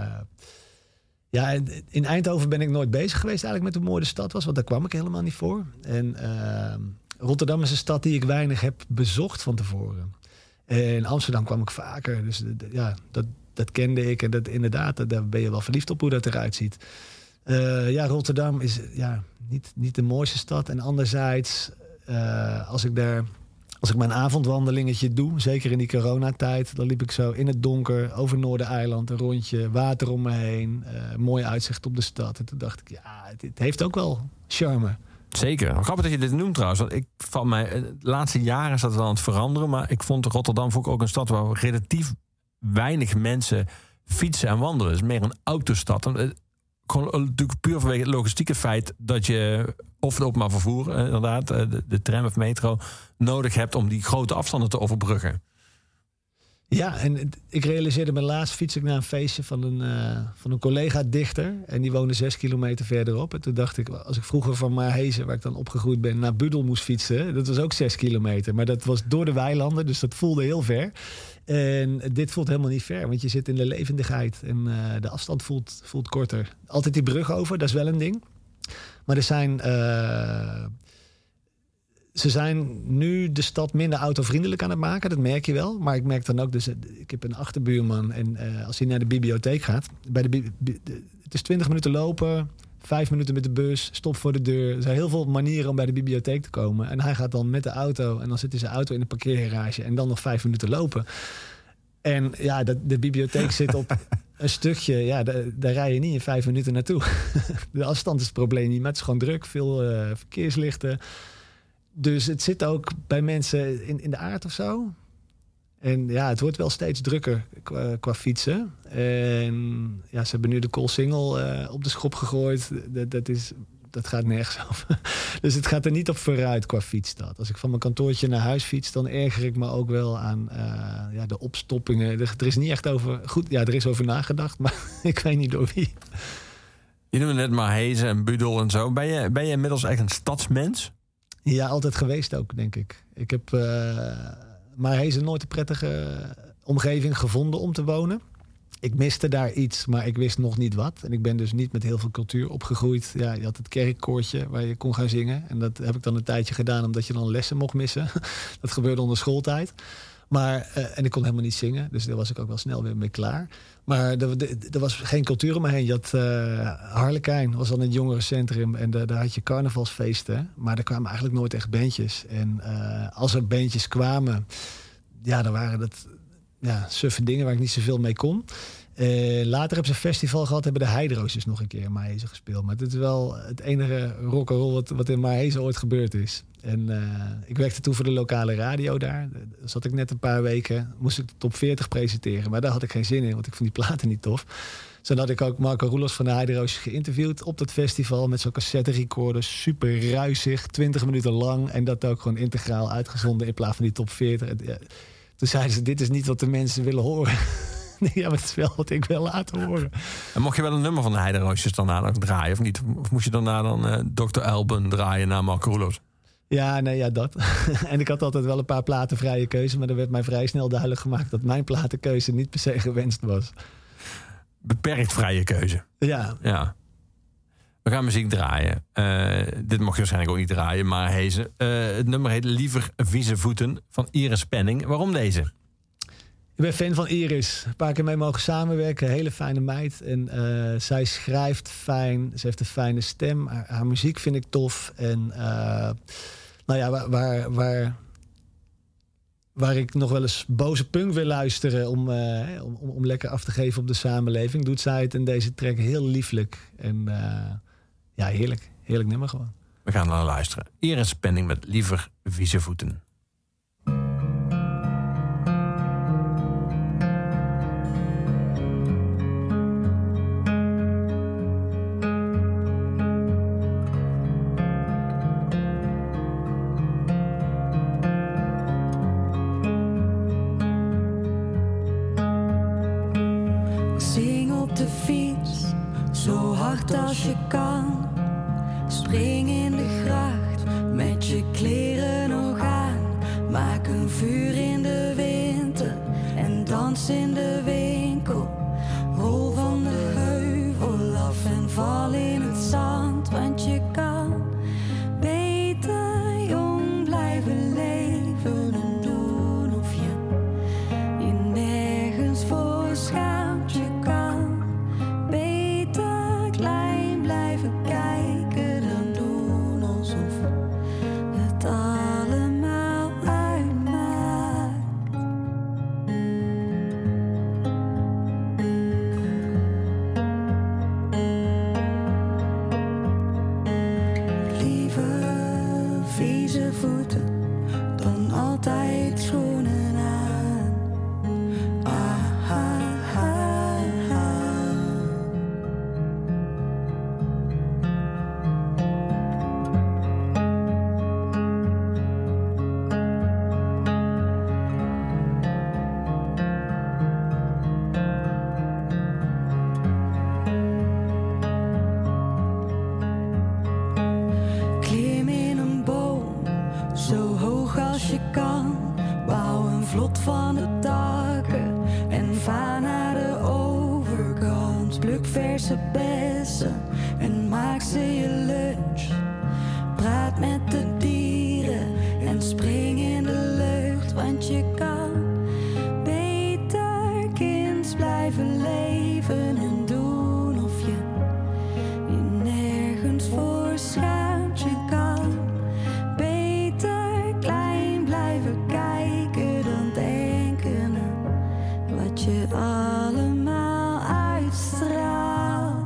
in Eindhoven ben ik nooit bezig geweest eigenlijk met hoe mooi de stad was. Want daar kwam ik helemaal niet voor. En Rotterdam is een stad die ik weinig heb bezocht van tevoren. In Amsterdam kwam ik vaker. Dus dat kende ik. En dat inderdaad, daar ben je wel verliefd op hoe dat eruit ziet. Rotterdam is niet de mooiste stad. En anderzijds, als ik mijn avondwandelingetje doe, zeker in die coronatijd, dan liep ik zo in het donker over Noordereiland, een rondje, water om me heen, mooi uitzicht op de stad. En toen dacht ik, het heeft ook wel charme.
Zeker. Grappig dat je dit noemt trouwens. Want de laatste jaren is dat wel aan het veranderen. Maar ik vond Rotterdam ook een stad waar relatief weinig mensen fietsen en wandelen. Het is meer een autostad. Gewoon natuurlijk puur vanwege het logistieke feit dat je of het openbaar vervoer, inderdaad, de tram of metro, nodig hebt om die grote afstanden te overbruggen. Ja, en ik realiseerde me laatst, fiets ik naar een feestje van een collega-dichter. En die woonde 6 kilometer verderop. En toen dacht ik, als ik vroeger van Maarhezen, waar ik dan opgegroeid ben, naar Budel moest fietsen, dat was ook 6 kilometer. Maar dat was door de weilanden, dus dat voelde heel ver. En dit voelt helemaal niet ver, want je zit in de levendigheid. En de afstand voelt korter. Altijd die brug over, dat is wel een ding. Maar er zijn... Ze zijn nu de stad minder autovriendelijk aan het maken. Dat merk je wel. Maar ik merk dan ook... Dus, ik heb een achterbuurman. En als hij naar de bibliotheek gaat... het is 20 minuten lopen... 5 minuten met de bus, stop voor de deur. Er zijn heel veel manieren om bij de bibliotheek te komen. En hij gaat dan met de auto... en dan zit hij zijn auto in de parkeergarage... en dan nog 5 minuten lopen. En de bibliotheek zit op een stukje... daar rij je niet in 5 minuten naartoe. De afstand is het probleem niet, maar het is gewoon druk. Veel verkeerslichten... Dus het zit ook bij mensen in de aard of zo. En het wordt wel steeds drukker qua fietsen. En ze hebben nu de Koolsingel op de schop gegooid. Dat gaat nergens over. Dus het gaat er niet op vooruit qua fietsstad. Als ik van mijn kantoortje naar huis fiets, dan erger ik me ook wel aan de opstoppingen. Er is niet echt over... Goed, er is over nagedacht, maar ik weet niet door wie. Je noemde net Maarhezen en Budel en zo. Ben je inmiddels echt een stadsmens?
Ja, altijd geweest ook, denk ik. Ik heb Maarhezen nooit een prettige omgeving gevonden om te wonen. Ik miste daar iets, maar ik wist nog niet wat. En ik ben dus niet met heel veel cultuur opgegroeid. Ja, je had het kerkkoortje waar je kon gaan zingen. En dat heb ik dan een tijdje gedaan, omdat je dan lessen mocht missen. Dat gebeurde onder schooltijd. Maar, en ik kon helemaal niet zingen, dus daar was ik ook wel snel weer mee klaar. Maar er was geen cultuur om me heen. Je had Harlekijn, was dan het jongerencentrum. En daar had je carnavalsfeesten. Maar er kwamen eigenlijk nooit echt bandjes. En als er bandjes kwamen, dan waren dat suffe dingen waar ik niet zoveel mee kon. Later hebben ze een festival gehad, hebben de Heideroosjes nog een keer in Maarhezen gespeeld. Maar dit is wel het enige rock'n'roll wat in Maarhezen ooit gebeurd is. En ik werkte toen voor de lokale radio daar. Daar zat ik net een paar weken, moest ik de top 40 presenteren. Maar daar had ik geen zin in, want ik vond die platen niet tof. Dus dan had ik ook Marco Roelofs van de Heideroosjes geïnterviewd op dat festival met zo'n cassette recorder. Super ruisig, 20 minuten lang. En dat ook gewoon integraal uitgezonden in plaats van die top 40. Toen zeiden ze, dit is niet wat de mensen willen horen. Ja, maar het is wel wat ik wil laten horen.
En mocht je wel een nummer van de Heideroosjes daarna nog draaien of niet? Of moest je daarna dan Dr. Alban draaien naar Marco Roelofs?
Ja, dat. En ik had altijd wel een paar platen vrije keuze, maar er werd mij vrij snel duidelijk gemaakt dat mijn platenkeuze niet per se gewenst was.
Beperkt vrije keuze.
Ja.
We gaan muziek draaien. Dit mocht je waarschijnlijk ook niet draaien, maar het nummer heet Liever Vieze Voeten van Iris Penning. Waarom deze?
Ik ben fan van Iris. Een paar keer mee mogen samenwerken. Hele fijne meid. En zij schrijft fijn. Ze heeft een fijne stem. Haar muziek vind ik tof. En waar ik nog wel eens boze punk wil luisteren om lekker af te geven op de samenleving, doet zij het in deze track heel lieflijk. En heerlijk. Heerlijk nummer gewoon.
We gaan naar luisteren. Iris Penning met Liever Vieze Voeten.
de fiets, zo hard als je kan. Spring in de gracht, met je kleren nog aan. Maak een vuur in de winter en dans in de winkel. Rol van de heuvel af en val in het zand, want je kan beter jong blijven leven en doen of je nergens voor schaamt. Je kan beter klein blijven kijken dan doen alsof het allemaal uitmaakt. Liever vieze voeten dan altijd schoenen aan. Ah, ah, ah, ah. Klim in een boom, zo hoog als je kan. Bouw een vlot van de takken en vaar naar de overkant. Pluk verse bessen en maak ze je lunch. Praat met de dieren en spring in de lucht, want je kan beter kind blijven leven en doen of je nergens voor schaamt. Je kan beter klein blijven kijken dan denken aan wat je allemaal uitstraalt.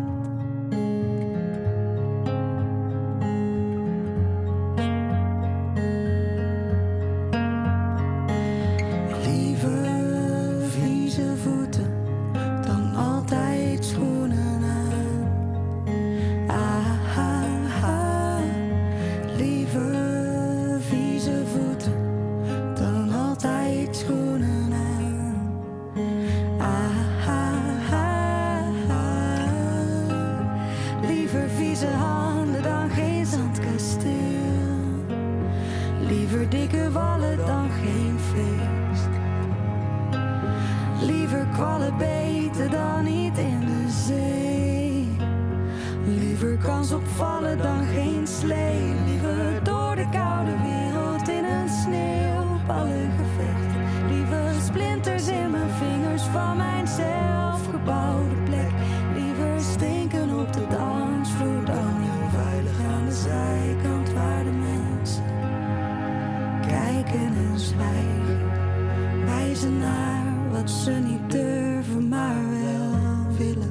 Liever vieze voeten dan altijd schoenen aan. Ah, ah, ah. Liever vieze voeten dan altijd schoenen aan. Ah, ah, ah, ah. Liever vieze handen dan geen zandkasteel. Liever dikke wallen dan geen feest. Liever kwallen beter dan niet in de zee. Liever kans op vallen dan geen slee. Liever door de koude wereld in een sneeuwballengevecht. Liever splinters in mijn vingers van mijn zelfgebouwde plek. Liever stinken op de dansvloer dan heel veilig aan de zijkant waar de mensen kijken en zwijgen. Wijzen naar wat ze niet durven, maar wel willen.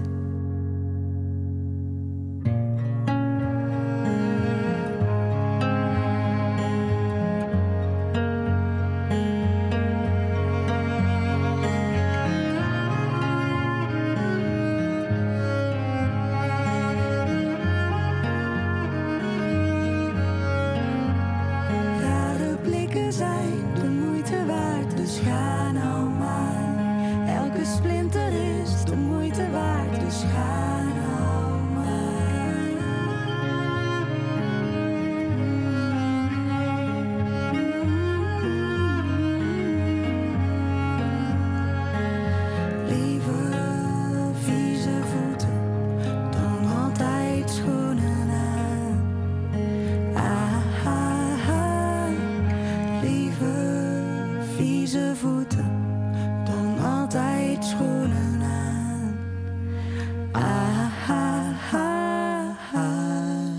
Ja, de blikken zijn de moeite waard, dus ga nou maar. Elke splinter is de moeite waard, dus ga nou maar. Liever vieze voeten dan altijd schoenen aan. Ah, ah, ah. Liever vieze voeten dan altijd schoenen aan. Ah, ah, ah, ah.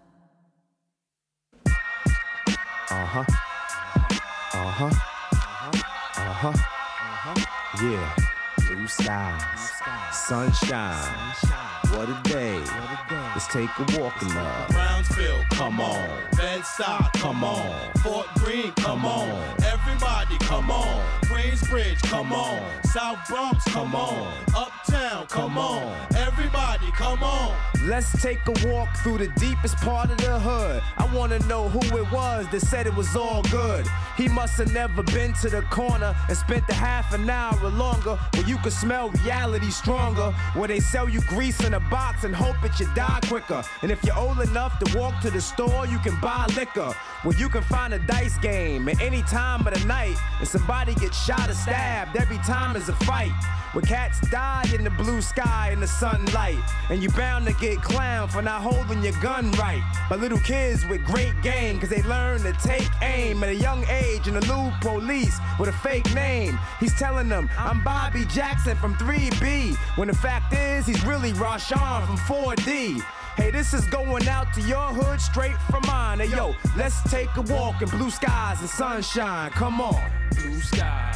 Uh-huh. Uh-huh. Uh-huh. Yeah. Blue skies. Sunshine. What a day. Let's take a walk in love.
Brownsville, come on. Bed-Stuy, come on. Fort Greene, come on. Everybody, come on. Queensbridge, come on. South Bronx, come on. Uptown, come on. Everybody, come on.
Let's take a walk through the deepest part of the hood. I wanna know who it was that said it was all good. He must have never been to the corner and spent a half an hour or longer where you can smell reality stronger, where they sell you grease in a box and hope that you die quicker. And if you're old enough to walk to the store, you can buy liquor, where you can find a dice game at any time of the night, and somebody gets shot or stabbed every time there's a fight, where cats die in the blue sky in the sunlight, and you bound to get clowned for not holding your gun right by little kids with great game, cause they learn to take aim at a young age in the new police with a fake name. He's telling them, I'm Bobby Jackson from 3B, when the fact is he's really Rashawn from 4D. Hey, this is going out to your hood straight from mine. Hey, yo, let's take a walk in blue skies and sunshine. Come on.
Blue skies,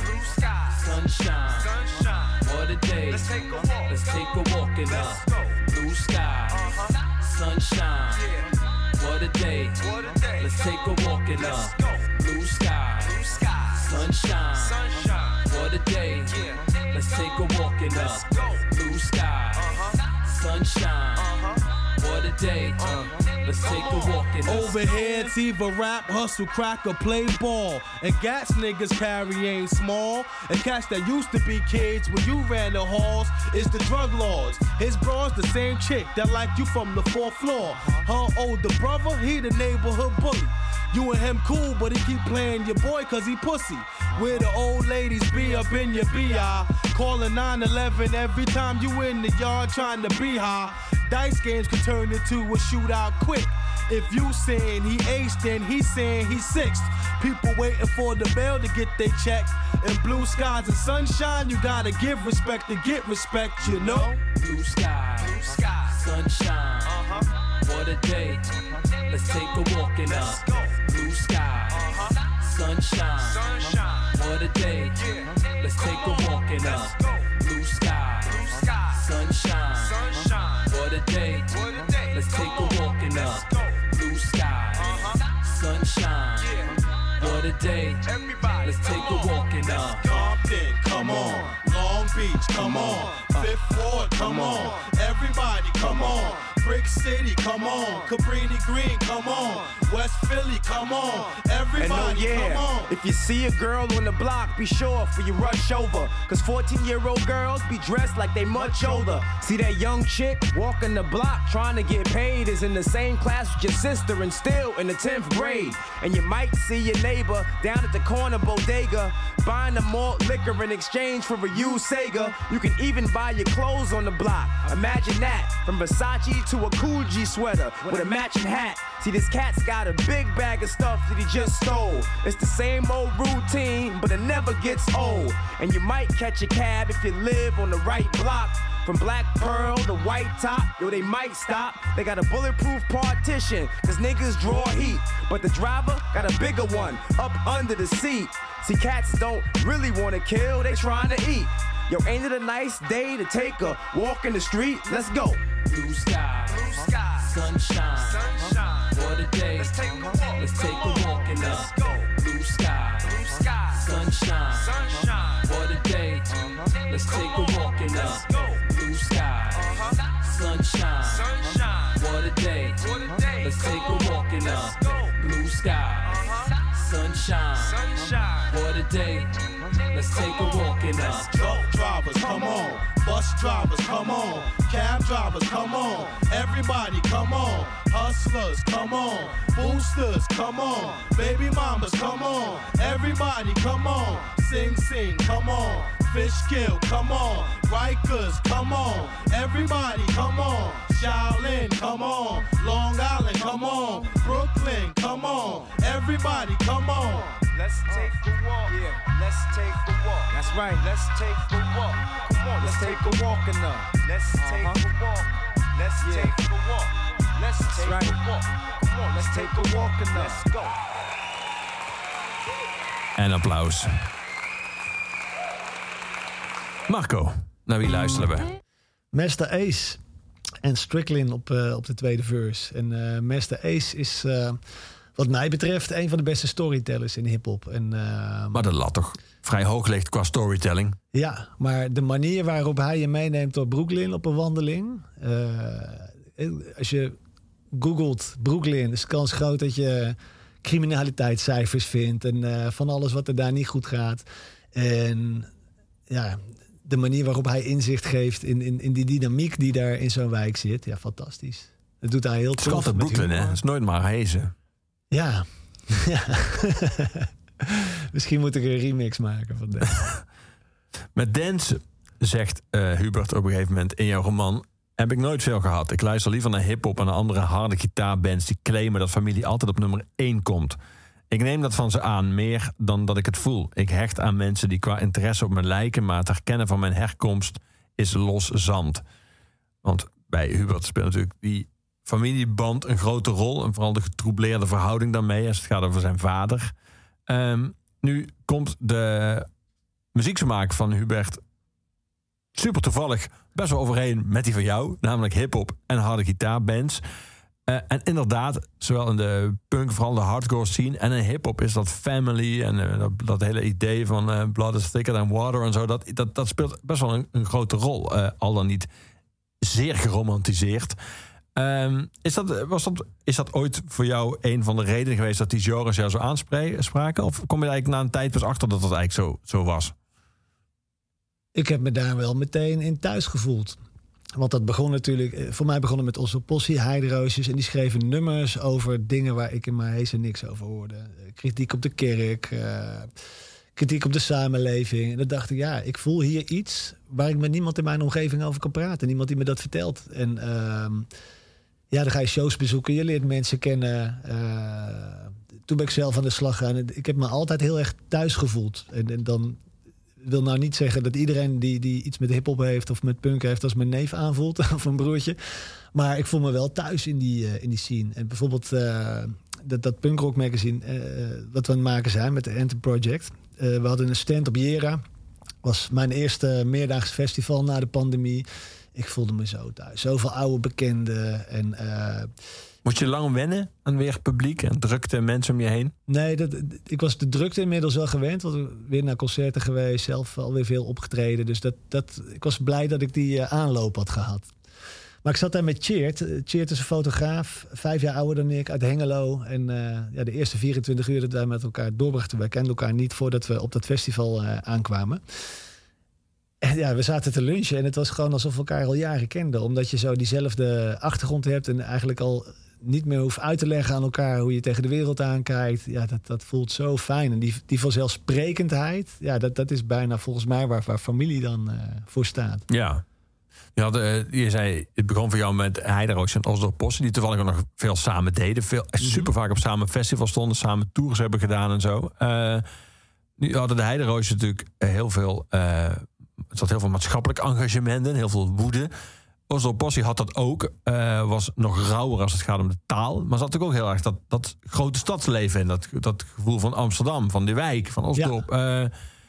sunshine, what a day. Let's take a walk. Let's take a walk in the blue skies, sunshine, what a day. Let's take a walk in the blue skies, sunshine, what a day. Let's take a walk in the blue skies, sunshine. What a day, let's take a walk in
over here, it's either rap, hustle, crack, or play ball. And gats niggas carry ain't small. And cats that used to be kids when you ran the halls is the drug lords. His bro's the same chick that like you from the 4th floor. Her older brother, he the neighborhood bully. You and him cool, but he keep playing your boy cause he pussy. Where the old ladies be up in your BI, calling 911 every time you in the yard trying to be high. Dice games can turn into a shootout quick. If you saying he aced, then he's saying he's 6th. People waiting for the bail to get their check. In blue skies and sunshine, you gotta give respect to get respect, you know?
Blue skies, sunshine, what a day. Let's take a walk in the blue skies, sunshine, what a day. Let's take a walk in the blue skies, sunshine, what a day. Let's take a walk in the blue skies, sunshine, what a day. Let's take a walk in the
Compton, come on. Long Beach, come on. Fifth Ward, come on. Everybody, come on. Brick City, come on. Cabrini Green, come on. West Philly, come on. Everybody, come on.
If you see a girl on the block, be sure for you rush over. Cause 14-year-old girls be dressed like they much older. See that young chick walking the block trying to get paid is in the same class with your sister and still in the 10th grade. And you might see your neighbor down at the corner bodega buying a malt liquor in exchange for a used Sega. You can even buy your clothes on the block. Imagine that, from Versace to a Cool G sweater with a matching hat. See, this cat's got a big bag of stuff that he just stole. It's the same old routine, but it never gets old. And you might catch a cab if you live on the right block. From Black Pearl to White Top, yo, they might stop. They got a bulletproof partition, cause niggas draw heat. But the driver got a bigger one up under the seat. See, cats don't really wanna kill, they trying to eat. Yo, ain't it a nice day to take a walk in the street? Let's go.
blue skies, sunshine, what a day. Let's take a walk in the blue skies, sunshine, what a day. Let's take a walk in the blue skies, sunshine, what a day. Let's take a walk in the blue skies, sunshine, what a day. Let's take a walk in the
truck drivers, come on. Bus drivers, come on. Cab drivers, come on. Everybody, come on. Hustlers, come on. Boosters, come on. Baby mamas, come on. Everybody, come on. Sing, sing, come on. Fishkill, come on. Rikers, come on. Everybody, come on. Shaolin, come on. Long Island, come on. Brooklyn, come on. Everybody, come on.
Let's take a walk. Yeah, let's take a walk. That's right. Let's take a walk. Come on, let's take a walk in the. Let's take a walk. Let's take a walk. Let's take a walk. Come on, let's take a walk in the. Let's go.
En applaus. Marco, naar wie luisteren we?
Master Ace en Strickland op de tweede verse. En Master Ace is wat mij betreft een van de beste storytellers in hiphop.
Maar de lat toch vrij hoog ligt qua storytelling.
Ja, maar de manier waarop hij je meeneemt door Brooklyn op een wandeling. als je googelt Brooklyn, is de kans groot dat je criminaliteitscijfers vindt en van alles wat er daar niet goed gaat. En ja, de manier waarop hij inzicht geeft in die dynamiek die daar in zo'n wijk zit, ja, fantastisch. Dat doet hij heel tof.
Het is altijd Brooklyn, hè? Het is nooit maar Hezen.
Ja. Misschien moet ik een remix maken van Dance.
Met Dance, zegt Hubert op een gegeven moment in jouw roman, heb ik nooit veel gehad. Ik luister liever naar hiphop en naar andere harde gitaarbands die claimen dat familie altijd op nummer 1 komt. Ik neem dat van ze aan, meer dan dat ik het voel. Ik hecht aan mensen die qua interesse op me lijken, maar het herkennen van mijn herkomst is los zand. Want bij Hubert speelt natuurlijk die familieband een grote rol. En vooral de getroubleerde verhouding daarmee, als het gaat over zijn vader. Nu komt de muzieksmaak van Hubert super toevallig best wel overeen met die van jou. Namelijk hiphop en harde gitaarbands. En inderdaad, zowel in de punk, vooral de hardcore scene, en in hiphop is dat family en dat hele idee van blood is thicker than water en zo. Dat speelt best wel een grote rol. Al dan niet zeer geromantiseerd. Is dat ooit voor jou een van de redenen geweest dat die genres jou zo aanspraken? Of kom je eigenlijk na een tijd pas achter dat eigenlijk zo was?
Ik heb me daar wel meteen in thuis gevoeld. Want dat begon natuurlijk, voor mij begon het met Oslo Possie, Heideroosjes. En die schreven nummers over dingen waar ik in mijn hezen niks over hoorde. Kritiek op de kerk, kritiek op de samenleving. En dan dacht ik, ja, ik voel hier iets waar ik met niemand in mijn omgeving over kan praten. Niemand die me dat vertelt. En ja, dan ga je shows bezoeken, je leert mensen kennen. Toen ben ik zelf aan de slag gegaan. Ik heb me altijd heel erg thuis gevoeld. En dan wil nou niet zeggen dat iedereen die iets met hiphop heeft of met punk heeft als mijn neef aanvoelt of een broertje. Maar ik voel me wel thuis in die scene. En bijvoorbeeld dat punkrock magazine wat we aan het maken zijn met de Anthem Project. We hadden een stand op Jera. Was mijn eerste meerdaags festival na de pandemie. Ik voelde me zo thuis. Zoveel oude bekenden. En
moet je lang wennen aan weer publiek en drukte mensen om je heen?
Nee, ik was de drukte inmiddels wel gewend. Want weer naar concerten geweest, zelf alweer veel opgetreden. Dus ik was blij dat ik die aanloop had gehad. Maar ik zat daar met Tjeerd. Tjeerd is een fotograaf, 5 jaar ouder dan ik, uit Hengelo. En de eerste 24 uur dat wij met elkaar doorbrachten, wij kenden elkaar niet voordat we op dat festival aankwamen. En ja, we zaten te lunchen en het was gewoon alsof we elkaar al jaren kenden. Omdat je zo diezelfde achtergrond hebt en eigenlijk al niet meer hoeft uit te leggen aan elkaar hoe je tegen de wereld aankijkt. Ja, dat voelt zo fijn. En die vanzelfsprekendheid, ja, dat is bijna volgens mij waar familie dan voor staat.
Ja. Je zei, het begon voor jou met Heideroos en Oslo Possie, die toevallig ook nog veel samen deden. Super vaak op samen festivals stonden, samen tours hebben gedaan en zo. Nu hadden de Heideroos natuurlijk heel veel, er zat heel veel maatschappelijk engagement in, heel veel woede. Oslo Possie had dat ook. Was nog rauwer als het gaat om de taal. Maar zat natuurlijk ook heel erg dat grote stadsleven in. Dat gevoel van Amsterdam, van de wijk, van Oslo. Ja.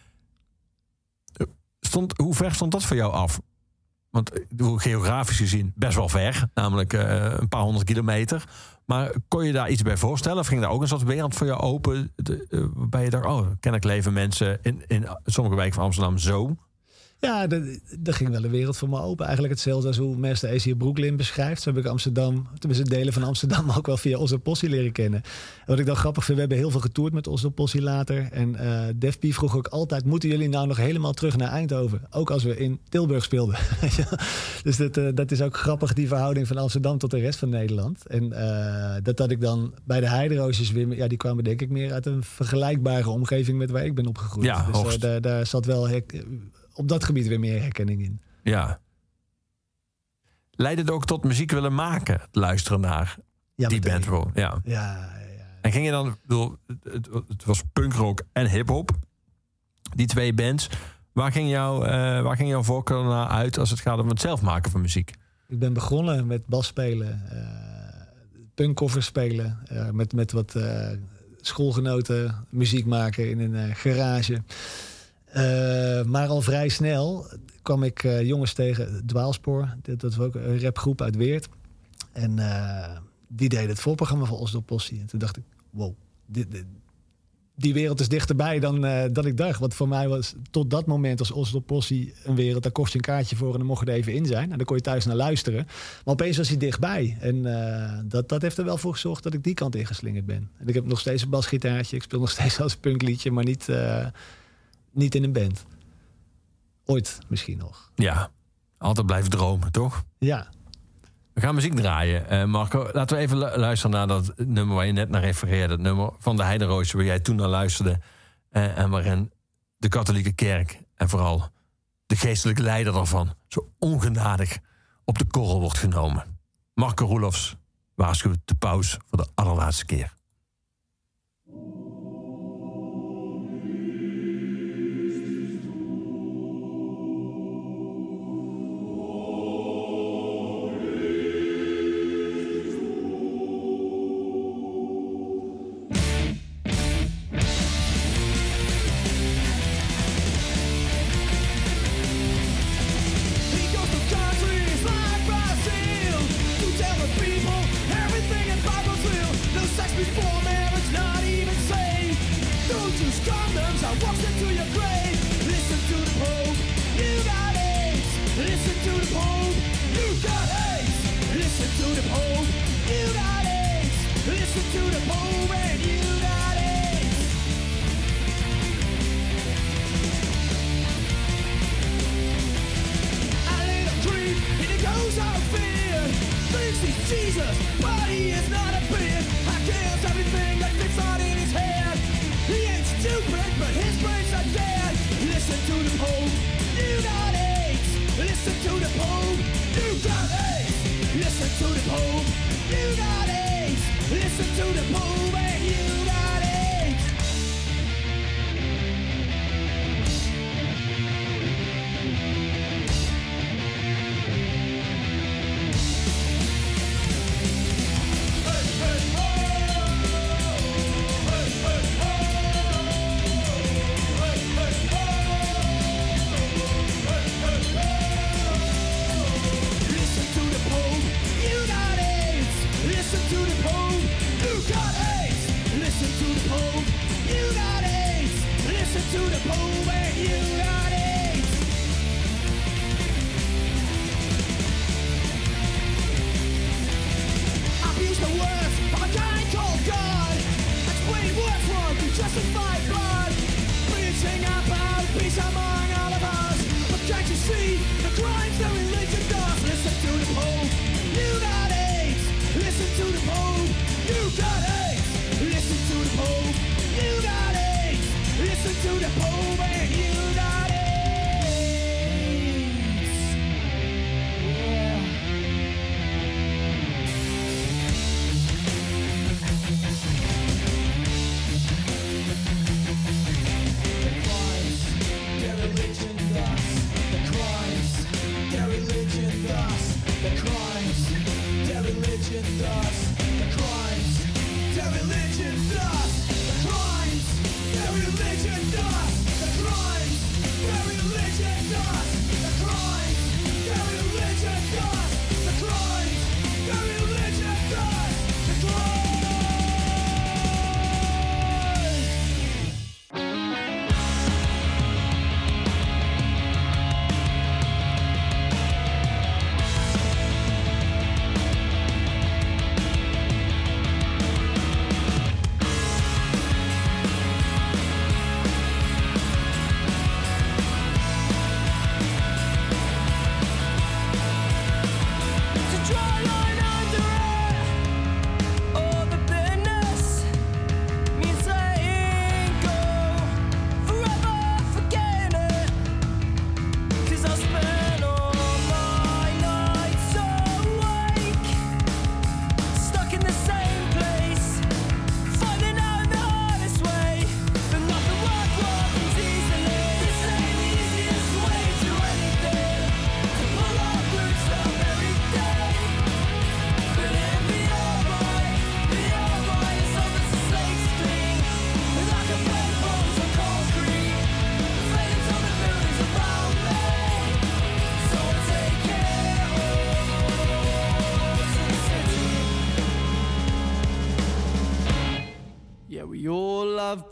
Hoe ver stond dat voor jou af? Want geografisch gezien best wel ver. Namelijk een paar 100 kilometer. Maar kon je daar iets bij voorstellen? Of ging daar ook een soort wereld voor jou open? Waarbij je dacht, kennelijk leven mensen in sommige wijken van Amsterdam zo. Ja,
er ging wel een wereld voor me open. Eigenlijk hetzelfde als hoe Master Ace hier Brooklyn beschrijft. Zo heb ik Amsterdam, tenminste delen van Amsterdam, ook wel via Oslo Possie leren kennen. En wat ik dan grappig vind, we hebben heel veel getoerd met Oslo Possie later. En Def P vroeg ook altijd, moeten jullie nou nog helemaal terug naar Eindhoven? Ook als we in Tilburg speelden. Dus dat is ook grappig, die verhouding van Amsterdam tot de rest van Nederland. En dat ik dan bij de Heideroosjes weer, ja, die kwamen denk ik meer uit een vergelijkbare omgeving met waar ik ben opgegroeid.
Ja,
dus daar zat wel op dat gebied weer meer herkenning in.
Ja. Leidde het ook tot muziek willen maken, luisteren naar die band? Ja. En ging je dan, het was punkrock en hiphop, die 2 bands. Waar ging jouw voorkeur naar uit als het gaat om het zelf maken van muziek?
Ik ben begonnen met bas spelen, punkcovers spelen, met wat schoolgenoten muziek maken in een garage. Maar al vrij snel kwam ik jongens tegen, Dwaalspoor. Dat was ook een rapgroep uit Weert. En die deden het voorprogramma van Oslo Possie. En toen dacht ik, wow, die wereld is dichterbij dan ik dacht. Want voor mij was tot dat moment als Oslo Possie een wereld. Daar kost je een kaartje voor en dan mocht je er even in zijn. En dan kon je thuis naar luisteren. Maar opeens was hij dichtbij. En dat heeft er wel voor gezorgd dat ik die kant ingeslingerd ben. En ik heb nog steeds een basgitaartje. Ik speel nog steeds als een punkliedje, maar niet in een band. Ooit misschien nog.
Ja, altijd blijven dromen, toch?
Ja.
We gaan muziek draaien. Marco, laten we even luisteren naar dat nummer waar je net naar refereerde. Het nummer van de Heideroos, waar jij toen naar luisterde. En waarin de katholieke kerk en vooral de geestelijke leider daarvan zo ongenadig op de korrel wordt genomen. Marco Roelofs waarschuwt de paus voor de allerlaatste keer.
Their religion does, the crimes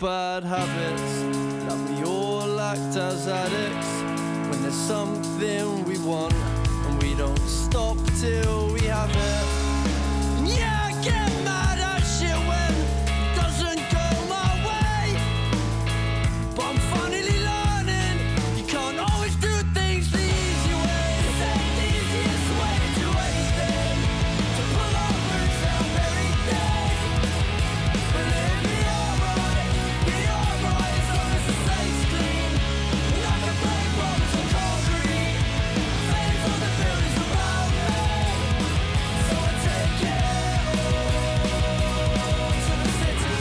bad habits, that we all act as addicts when there's something we want and we don't stop till we have it. Yeah, I get mad at shit when it doesn't go my way, but I'm finally learning you can't always do things the easy way. This ain't the easiest way to anything, to pull over and sound very dead. But it'll be alright as long as the slate's clean. And I can play bombs on concrete, fading from the buildings around me. So I take it all to the city.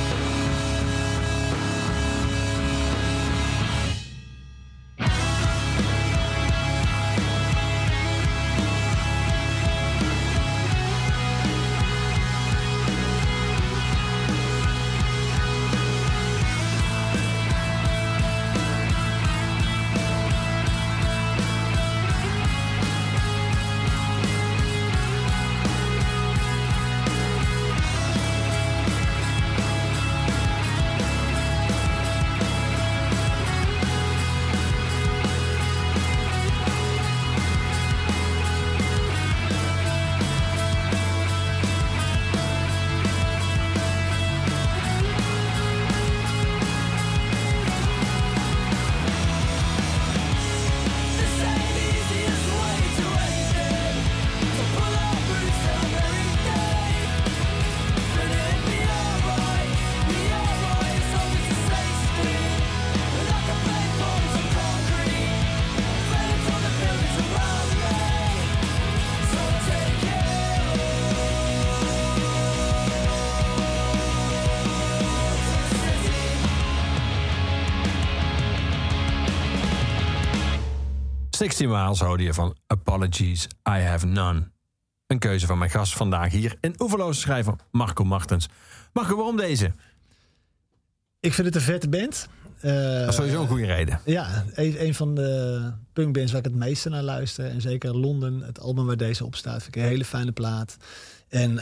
...60 Miles hoorde je van Apologies, I Have None. Een keuze van mijn gast vandaag hier in Oeverloos, schrijver Marco Martens. Marco, waarom deze?
Ik vind het een vette band.
Dat is sowieso een goede reden.
Ja, een van de punkbands waar ik het meeste naar luister. En zeker Londen, het album waar deze op staat, vind ik een hele fijne plaat. En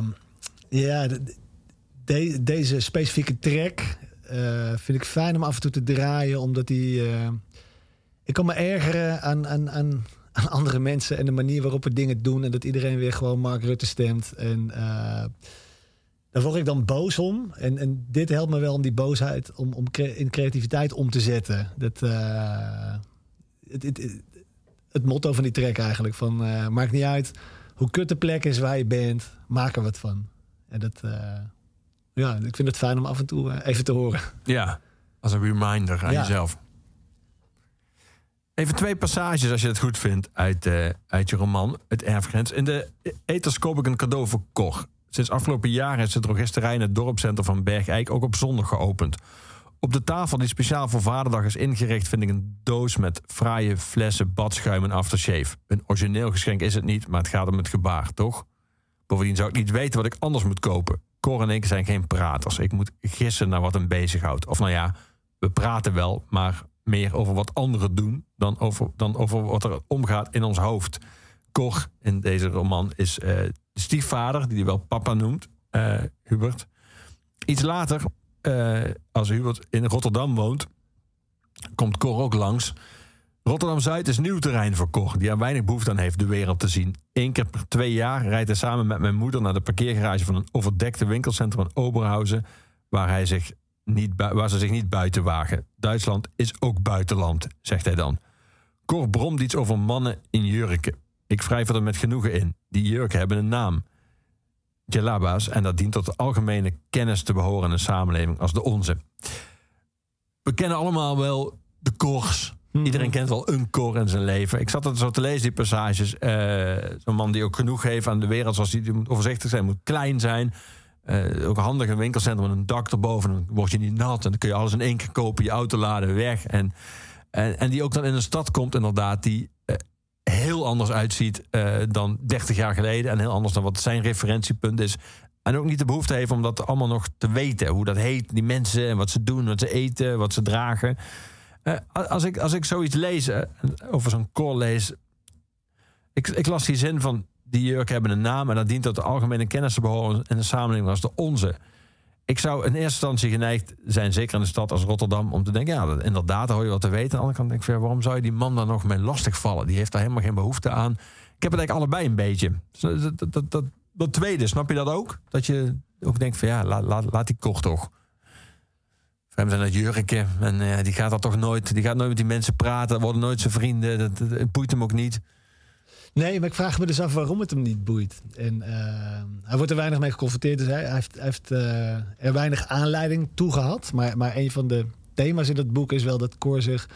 deze specifieke track vind ik fijn om af en toe te draaien, omdat die... ik kan me ergeren aan andere mensen en de manier waarop we dingen doen. En dat iedereen weer gewoon Mark Rutte stemt. En daar word ik dan boos om. En dit helpt me wel om die boosheid in creativiteit om te zetten. Het motto van die track eigenlijk. Van maakt niet uit hoe kut de plek is waar je bent. Maak er wat van. En ik vind het fijn om af en toe even te horen.
Ja, als een reminder aan jezelf. Even 2 passages, als je het goed vindt, uit je roman, Het Erfgrens. In de eters koop ik een cadeau voor Cor. Sinds afgelopen jaar is de drogisterij in het dorpscentrum van Bergijk ook op zondag geopend. Op de tafel die speciaal voor Vaderdag is ingericht vind ik een doos met fraaie flessen badschuim en aftershave. Een origineel geschenk is het niet, maar het gaat om het gebaar, toch? Bovendien zou ik niet weten wat ik anders moet kopen. Cor en ik zijn geen praters. Ik moet gissen naar wat hem bezighoudt. Of nou ja, we praten wel, maar meer over wat anderen doen dan over wat er omgaat in ons hoofd. Cor in deze roman is de stiefvader, die hij wel papa noemt, Hubert. Iets later, als Hubert in Rotterdam woont, komt Cor ook langs. Rotterdam-Zuid is nieuw terrein voor Cor, die er weinig behoefte aan heeft de wereld te zien. 1 keer per 2 jaar rijdt hij samen met mijn moeder naar de parkeergarage van een overdekte winkelcentrum in Oberhausen, waar ze zich niet buiten wagen. Duitsland is ook buitenland, zegt hij dan. Cor bromt iets over mannen in jurken. Ik wrijf er met genoegen in. Die jurken hebben een naam. Djellabas, en dat dient tot de algemene kennis te behoren in een samenleving als de onze. We kennen allemaal wel de Cors. Iedereen kent wel een Cor in zijn leven. Ik zat het zo te lezen, die passages. Zo'n man die ook genoeg heeft aan de wereld, zoals die moet overzichtig zijn, moet klein zijn. Ook handig een winkelcentrum met een dak erboven. Dan word je niet nat en dan kun je alles in 1 keer kopen, je auto laden, weg. En die ook dan in een stad komt, inderdaad, die heel anders uitziet dan 30 jaar geleden. En heel anders dan wat zijn referentiepunt is. En ook niet de behoefte heeft om dat allemaal nog te weten. Hoe dat heet, die mensen en wat ze doen, wat ze eten, wat ze dragen. Als ik zoiets lees, over zo'n Cor lees. Ik las die zin van, die jurken hebben een naam en dat dient tot de algemene kennis te behoren in een samenleving als de onze. Ik zou in eerste instantie geneigd zijn, zeker in een stad als Rotterdam, om te denken, ja, inderdaad, hoor je wat te weten. Aan de andere kant denk ik, waarom zou je die man dan nog mee lastigvallen? Die heeft daar helemaal geen behoefte aan. Ik heb het eigenlijk allebei een beetje. Dat tweede, snap je dat ook? Dat je ook denkt van, ja, laat die kort toch. Voor hem zijn dat jurken. En die gaat dat toch nooit. Die gaat nooit met die mensen praten. Dat worden nooit zijn vrienden. Dat boeit hem ook niet.
Nee, maar ik vraag me dus af waarom het hem niet boeit. En hij wordt er weinig mee geconfronteerd. Dus hij heeft er weinig aanleiding toe gehad. Maar een van de thema's in het boek is wel dat Cor zich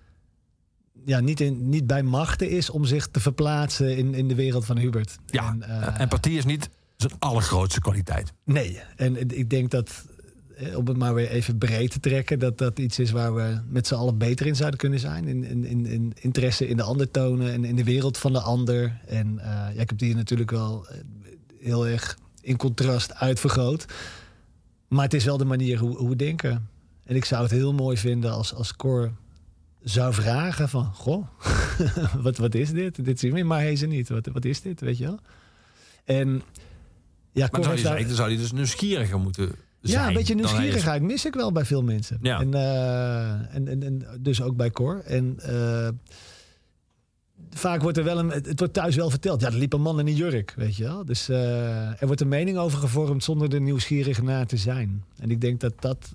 niet bij machten is om zich te verplaatsen in de wereld van Hubert.
Ja, empathie is niet zijn allergrootste kwaliteit.
Nee, en ik denk dat, om het maar weer even breed te trekken, dat iets is waar we met z'n allen beter in zouden kunnen zijn. In interesse in de ander tonen en in de wereld van de ander. En ik heb die natuurlijk wel heel erg in contrast uitvergroot. Maar het is wel de manier hoe we denken. En ik zou het heel mooi vinden als Cor zou vragen van, goh, wat is dit? Dit zien we in Marhezen niet. Wat is dit, weet je wel? En ja, Cor
dan zou hij dus nieuwsgieriger moeten zijn.
Ja, een beetje nieuwsgierigheid mis ik wel bij veel mensen.
Ja.
En dus ook bij Cor. En vaak wordt het wordt thuis wel verteld. Ja, er liep een man in een jurk, weet je wel. Dus er wordt een mening over gevormd zonder er nieuwsgierig naar te zijn. En ik denk dat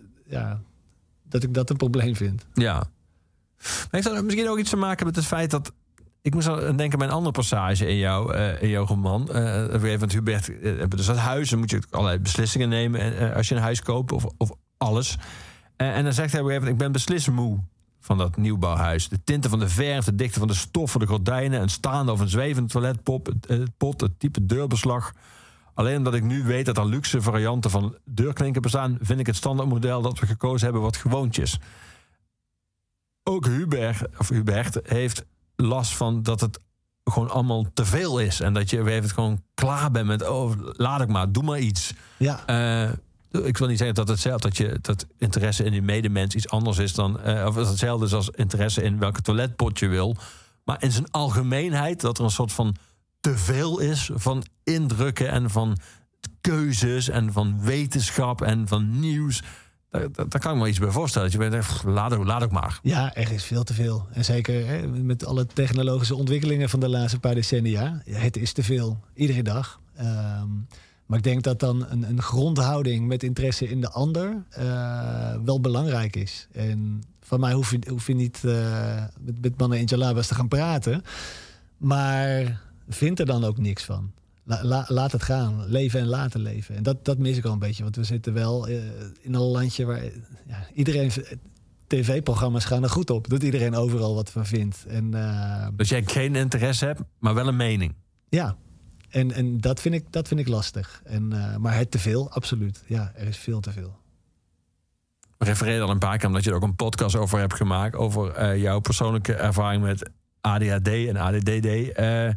ik dat een probleem vind.
Ja. Maar heeft dat misschien ook iets te maken met het feit dat... Ik moest aan denken bij een andere passage in jouw roman. Want Hubert, dus dat huis, dan moet je allerlei beslissingen nemen als je een huis koopt of alles. En dan zegt hij op een gegeven moment, ik ben beslist moe van dat nieuwbouwhuis. De tinten van de verf, de dikte van de stof voor de gordijnen, een staande of een zwevende toiletpot, het type deurbeslag. Alleen omdat ik nu weet dat er luxe varianten van deurklinken bestaan, vind ik het standaardmodel dat we gekozen hebben wat gewoontjes. Ook Hubert heeft last van dat het gewoon allemaal te veel is. En dat je even gewoon klaar bent met... laat ik maar, doe maar iets.
Ja.
Ik wil niet zeggen dat interesse in die medemens iets anders is dan... of hetzelfde is als interesse in welke toiletpot je wil. Maar in zijn algemeenheid dat er een soort van te veel is van indrukken en van keuzes en van wetenschap en van nieuws... Daar kan ik me iets bij voorstellen. Dat je bent, laat ook maar. Ja,
er is veel te veel. En zeker met alle technologische ontwikkelingen van de laatste paar decennia. Ja, het is te veel. Iedere dag. Maar ik denk dat dan een grondhouding met interesse in de ander wel belangrijk is. En van mij hoef je niet met mannen in jalabas te gaan praten. Maar vind er dan ook niks van. Laat het gaan. Leven en laten leven. En dat mis ik al een beetje. Want we zitten wel in een landje waar iedereen... TV-programma's gaan er goed op. Doet iedereen overal wat van vindt. En,
dus jij geen interesse hebt, maar wel een mening?
Ja. En dat vind ik lastig. Maar het te veel, absoluut. Ja, er is veel te veel.
We refereerden al een paar keer omdat je er ook een podcast over hebt gemaakt. Over jouw persoonlijke ervaring met ADHD en ADDD.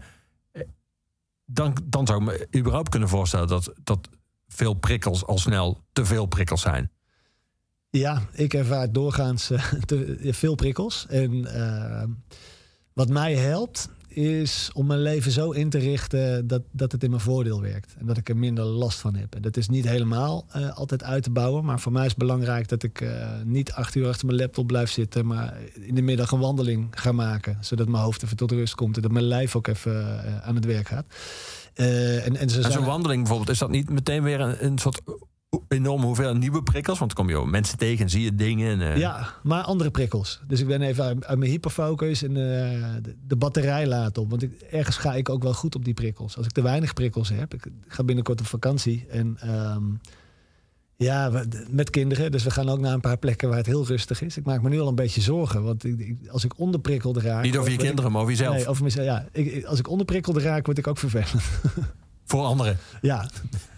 Dan zou ik me überhaupt kunnen voorstellen dat veel prikkels al snel te veel prikkels zijn.
Ja, ik ervaar doorgaans veel prikkels. En wat mij helpt is om mijn leven zo in te richten dat het in mijn voordeel werkt. En dat ik er minder last van heb. En dat is niet helemaal altijd uit te bouwen. Maar voor mij is het belangrijk dat ik niet 8 uur achter mijn laptop blijf zitten. Maar in de middag een wandeling ga maken. Zodat mijn hoofd even tot rust komt. En dat mijn lijf ook even aan het werk gaat. En zo'n
wandeling bijvoorbeeld, is dat niet meteen weer een soort enorme hoeveelheid nieuwe prikkels? Want dan kom je mensen tegen en zie je dingen.
Ja, maar andere prikkels. Dus ik ben even uit mijn hyperfocus en de batterij laat op. Want ergens ga ik ook wel goed op die prikkels. Als ik te weinig prikkels heb, ik ga binnenkort op vakantie. En met kinderen. Dus we gaan ook naar een paar plekken waar het heel rustig is. Ik maak me nu al een beetje zorgen. Want als ik onderprikkeld raak...
Niet over je kinderen, maar over jezelf.
Nee, over mezelf, ja. Als ik onderprikkeld raak, word ik ook vervelend.
Voor anderen?
Ja.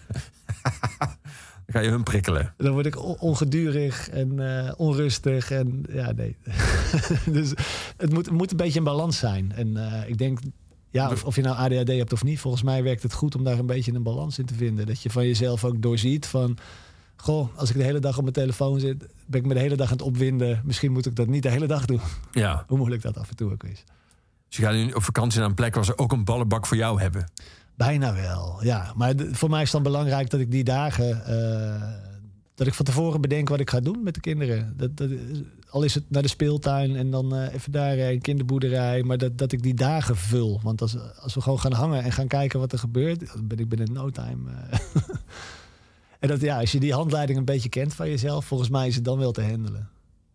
Dan ga je hun prikkelen.
Dan word ik ongedurig en onrustig. En ja, nee. Dus het moet een beetje in balans zijn. En ik denk, of je nou ADHD hebt of niet... volgens mij werkt het goed om daar een beetje een balans in te vinden. Dat je van jezelf ook doorziet van... goh, als ik de hele dag op mijn telefoon zit... ben ik me de hele dag aan het opwinden. Misschien moet ik dat niet de hele dag doen.
Ja.
Hoe moeilijk dat af en toe ook is.
Dus je gaat nu op vakantie naar een plek... waar ze ook een ballenbak voor jou hebben?
Bijna wel, ja. Maar voor mij is het dan belangrijk dat ik die dagen dat ik van tevoren bedenk wat ik ga doen met de kinderen. Al is het naar de speeltuin en dan even daar een kinderboerderij. Maar dat ik die dagen vul. Want als we gewoon gaan hangen en gaan kijken wat er gebeurt, dan ben ik binnen no time. En als je die handleiding een beetje kent van jezelf, volgens mij is het dan wel te handelen.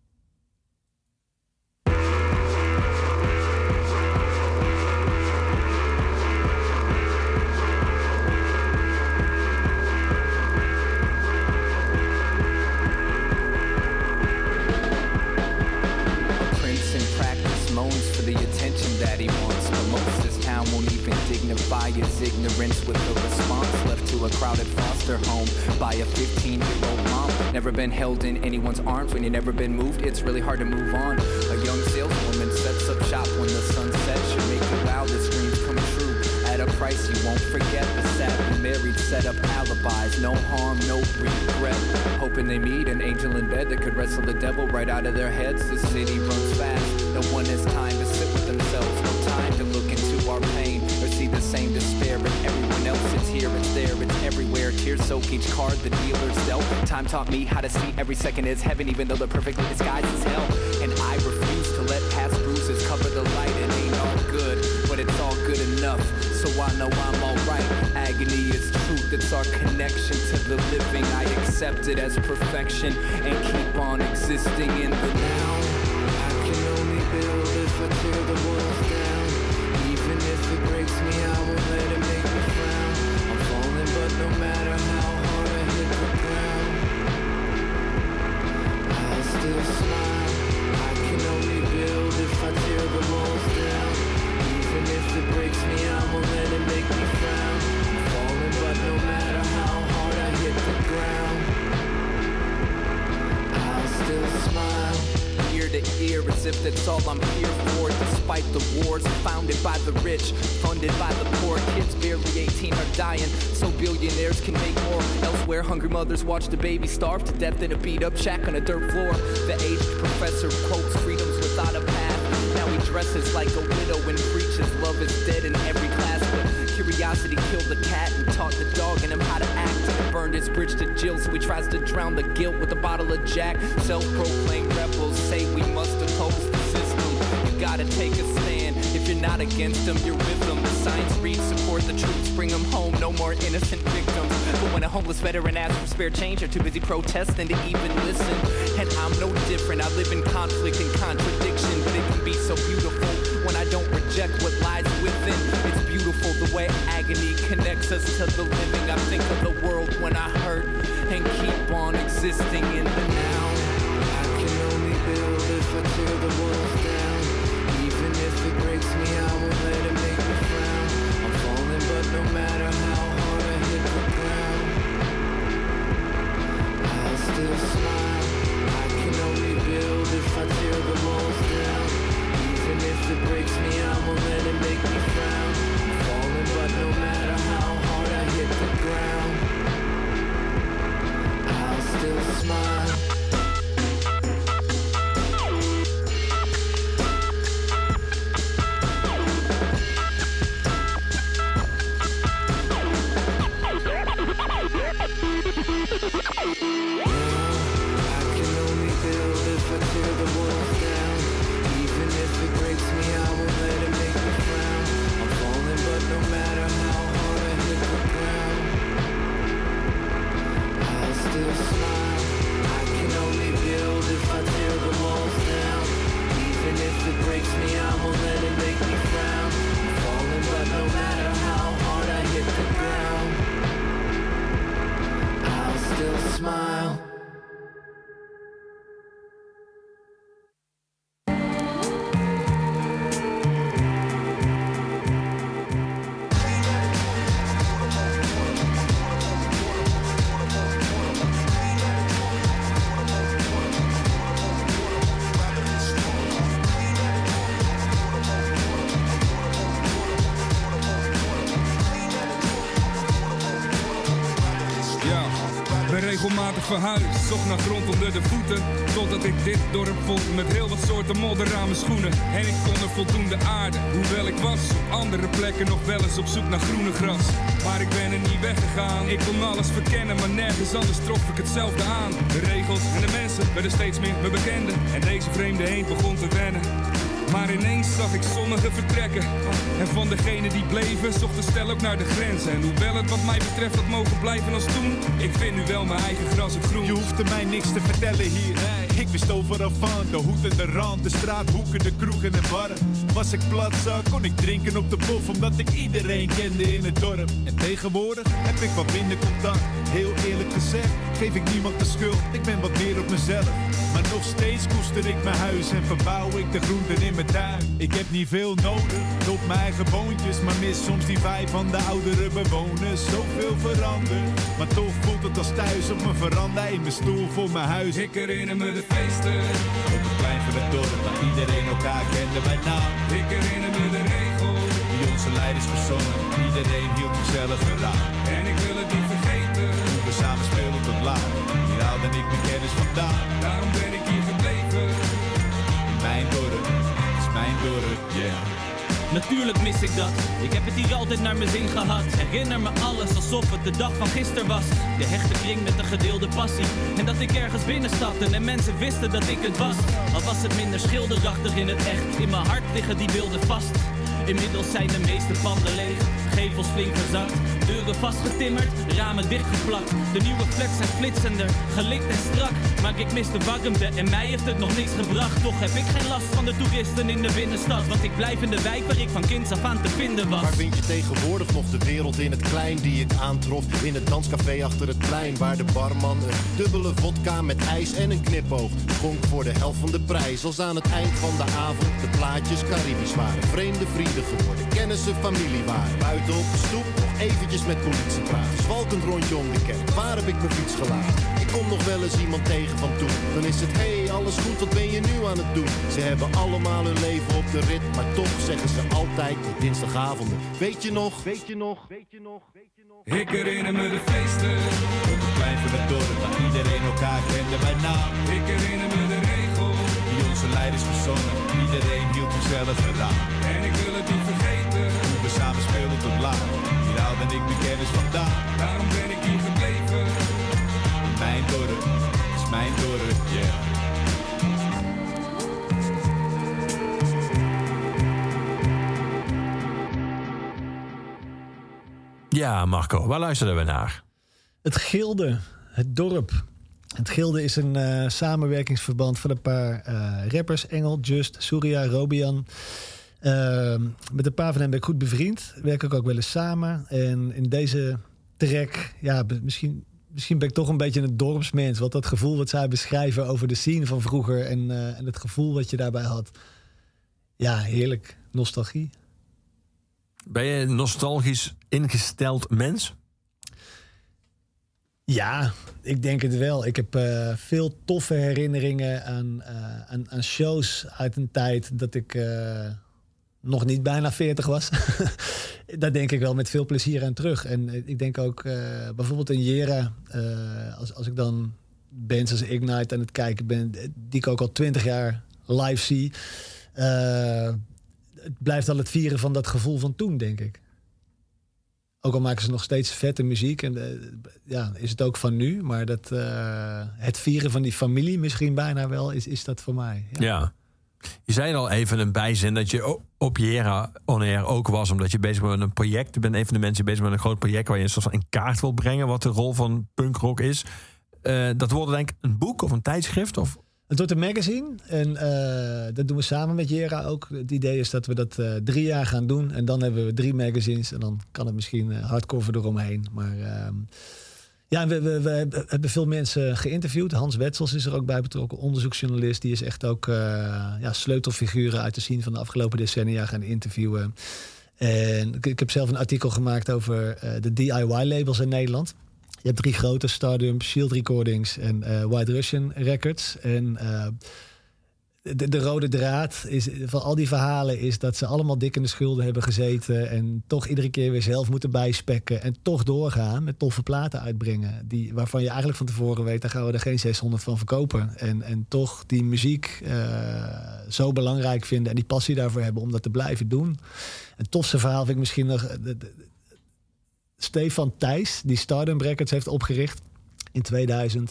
His ignorance with a response left to a crowded foster home by a 15-year-old mom. Never been held in anyone's arms when you've never been moved. It's really hard to move on. A young saleswoman sets up shop when the sun sets. Should make your wildest dreams come true at a price you won't forget. The sadly married set up alibis, no harm, no regret. Hoping they meet an angel in bed that could wrestle the devil right out of their heads. The city runs fast. No one has time to sit with themselves. No time to look into our pain or see the same despair. But everyone else, it's here, it's there, it's everywhere. Tears soak each card the dealer's dealt. Time taught me how to see every second as heaven, even though they're perfectly disguised as hell. And I refuse to let past bruises cover the light. It ain't all good, but it's all good enough, so I know I'm alright. Agony is truth, it's our connection to the living. I accept it as perfection and keep on existing in the now. I can only build if I tear the walls down. Even if it breaks me, I won't let it make me frown. I'm falling, but no matter how hard I hit the ground, I'll still smile. I can only build if I tear the walls down. Even if it breaks me, I won't let it make me frown. I'm falling, but no matter how hard I hit the ground, I'll still smile. Ear to ear, as if that's all I'm here for. Despite the wars founded by the rich, funded by the poor, kids barely 18 are dying, so billionaires can make more. Elsewhere, hungry mothers watch the baby starve to death in a beat-up shack on a dirt floor. The aged professor quotes freedoms without a path. Now he dresses like a widow and preaches love is dead in every class. But curiosity killed the cat and taught the dog in him how to act. And burned his bridge to Jill, so he tries to drown the guilt with a bottle of Jack. Self-proclaimed rebels say we must oppose the system. You gotta take a stand. If you're not against them, you're with them. The signs read, support the troops, bring them home, no more innocent victims. But when a homeless veteran asks for spare change, they're too busy protesting to even listen. And I'm no different, I live in conflict and contradiction, but it can be so beautiful when I don't reject what lies within. It's beautiful the way agony connects us to the living. I think of the world when I hurt and keep on existing in the now. I can only build if I tear the walls down. Even if it breaks me, I won't let it make me frown. I'm falling, but no matter how hard I hit the ground, I'll still smile. I can only build if I tear the walls down. Even if it breaks me, I won't let it make me frown. I'm falling, but no matter how hard I hit the ground, I'll still smile.
regelmatig verhuisd. Zocht naar grond onder de voeten, totdat ik dit dorp vond. Met heel wat soorten modder aan mijn schoenen. En ik kon er voldoende aarde, hoewel ik was op andere plekken nog wel eens op zoek naar groene gras. Maar ik ben er niet weggegaan. Ik kon alles verkennen, maar nergens anders trof ik hetzelfde aan. De regels en de mensen werden steeds meer me bekenden. En deze vreemde heen begon te wennen. Maar ineens zag ik sommigen vertrekken. En van degenen die bleven, zocht de stel ook naar de grenzen. En hoewel het wat mij betreft had mogen blijven als toen, ik vind nu wel mijn eigen gras het groen.
Je hoefde mij niks te vertellen hier. Ik wist overal van, de hoed en de rand, de straathoeken, de kroegen en barren. Was ik platzak, kon ik drinken op de bof, omdat ik iedereen kende in het dorp. En tegenwoordig heb ik wat minder contact. Heel eerlijk gezegd, geef ik niemand de schuld. Ik ben wat meer op mezelf. Maar nog steeds koester ik mijn huis en verbouw ik de groenten in mijn tuin. Ik heb niet veel nodig, op mijn eigen boontjes, maar mis soms die vibe van de oudere bewoners. Zoveel veranderd, maar toch voelt het als thuis op mijn veranda in mijn stoel voor mijn huis.
Ik herinner me de feesten
op het plein van het dorp, waar iedereen elkaar kende bij naam.
Ik herinner me de regels
die onze leiders verzongen. Iedereen hield zichzelf eraan.
En ik wil het niet vergeten
hoe we samen speelden tot laat. Hier haalde ik mijn kennis vandaan.
Daarom ben ik hier gebleven.
Mijn dorp is mijn dorp, yeah.
Natuurlijk mis ik dat. Ik heb het hier altijd naar mijn zin gehad. Herinner me alles alsof het de dag van gisteren was. De hechte kring met een gedeelde passie. En dat ik ergens binnenstapte en mensen wisten dat ik het was. Al was het minder schilderachtig in het echt. In mijn hart liggen die beelden vast. Inmiddels zijn de meeste panden leeg. Gevels flink verzakt. Deuren vastgetimmerd, ramen dichtgeplakt. De nieuwe flats zijn flitsender, gelikt en strak. Maar ik mis de warmte en mij heeft het nog niks gebracht. Toch heb ik geen last van de toeristen in de binnenstad. Want ik blijf in de wijk waar ik van kinds af aan te vinden was.
Waar vind je tegenwoordig nog de wereld in het klein die ik aantrof? In het danscafé achter het plein, waar de barman een dubbele vodka met ijs en een knipoog schonk voor de helft van de prijs. Als aan het eind van de avond de plaatjes Caribisch waren. Vreemde vrienden geworden, kennissen, familie waren. Buiten op de stoep nog eventjes met politie praten. Zwalkend rondje om de kerk, waar heb ik mijn fiets gelaten? Ik kom nog wel eens iemand tegen van toen. Dan is het, hey, alles goed, wat ben je nu aan het doen? Ze hebben allemaal hun leven op de rit, maar toch zeggen ze altijd op dinsdagavonden. Weet je nog, weet je nog, weet je nog, weet je nog?
Ik herinner me de feesten
op het plein van het dorp, waar iedereen elkaar kende bij naam.
Ik herinner me de regels
die onze leiders verzonnen. Iedereen hield zichzelf eraan.
En ik wil het niet vergeten
hoe we samen speelden tot laat. Hier haalde ik mijn kennis vandaan.
Daarom ben ik hier gebleven.
Mijn dorp is mijn dorp, yeah.
Ja, Marco, waar luisterden we naar?
Het Gilde, het dorp. Het Gilde is een samenwerkingsverband van een paar rappers. Engel, Just, Surya, Robian. Met een paar van hen ben ik goed bevriend. Werk ik ook wel eens samen. En in deze track, ja, misschien ben ik toch een beetje een dorpsmens. Want dat gevoel wat zij beschrijven over de scene van vroeger en het gevoel wat je daarbij had. Ja, heerlijk. Nostalgie.
Ben je een nostalgisch ingesteld mens?
Ja, ik denk het wel. Ik heb veel toffe herinneringen aan shows uit een tijd dat ik nog niet bijna 40 was. Daar denk ik wel met veel plezier aan terug. En ik denk ook bijvoorbeeld in Jera, als ik dan bands als Ignite aan het kijken ben, die ik ook al 20 jaar live zie. Het blijft al het vieren van dat gevoel van toen, denk ik. Ook al maken ze nog steeds vette muziek. En is het ook van nu. Maar het vieren van die familie misschien bijna wel, is dat voor mij.
Ja. Je zei al even een bijzin dat je op Jera On Air ook was, omdat je bezig bent met een project. Je bent een van de mensen bezig met een groot project waar je een soort van in kaart wil brengen wat de rol van punkrock is. Dat wordt denk ik een boek of een tijdschrift? Of?
Het wordt een magazine en dat doen we samen met Jera ook. Het idee is dat we dat 3 jaar gaan doen en dan hebben we 3 magazines en dan kan het misschien hardcover eromheen. Maar we hebben veel mensen geïnterviewd. Hans Wetsels is er ook bij betrokken, onderzoeksjournalist. Die is echt ook sleutelfiguren uit de scene van de afgelopen decennia gaan interviewen. En ik heb zelf een artikel gemaakt over de DIY-labels in Nederland. Je hebt 3 grote, Stardump, Shield Recordings en White Russian Records. En de rode draad van al die verhalen is dat ze allemaal dik in de schulden hebben gezeten en toch iedere keer weer zelf moeten bijspekken en toch doorgaan met toffe platen uitbrengen. Waarvan je eigenlijk van tevoren weet, daar gaan we er geen 600 van verkopen. En toch die muziek zo belangrijk vinden en die passie daarvoor hebben om dat te blijven doen. Het tofste verhaal vind ik misschien nog Stefan Thijs, die Stardom Records heeft opgericht in 2000.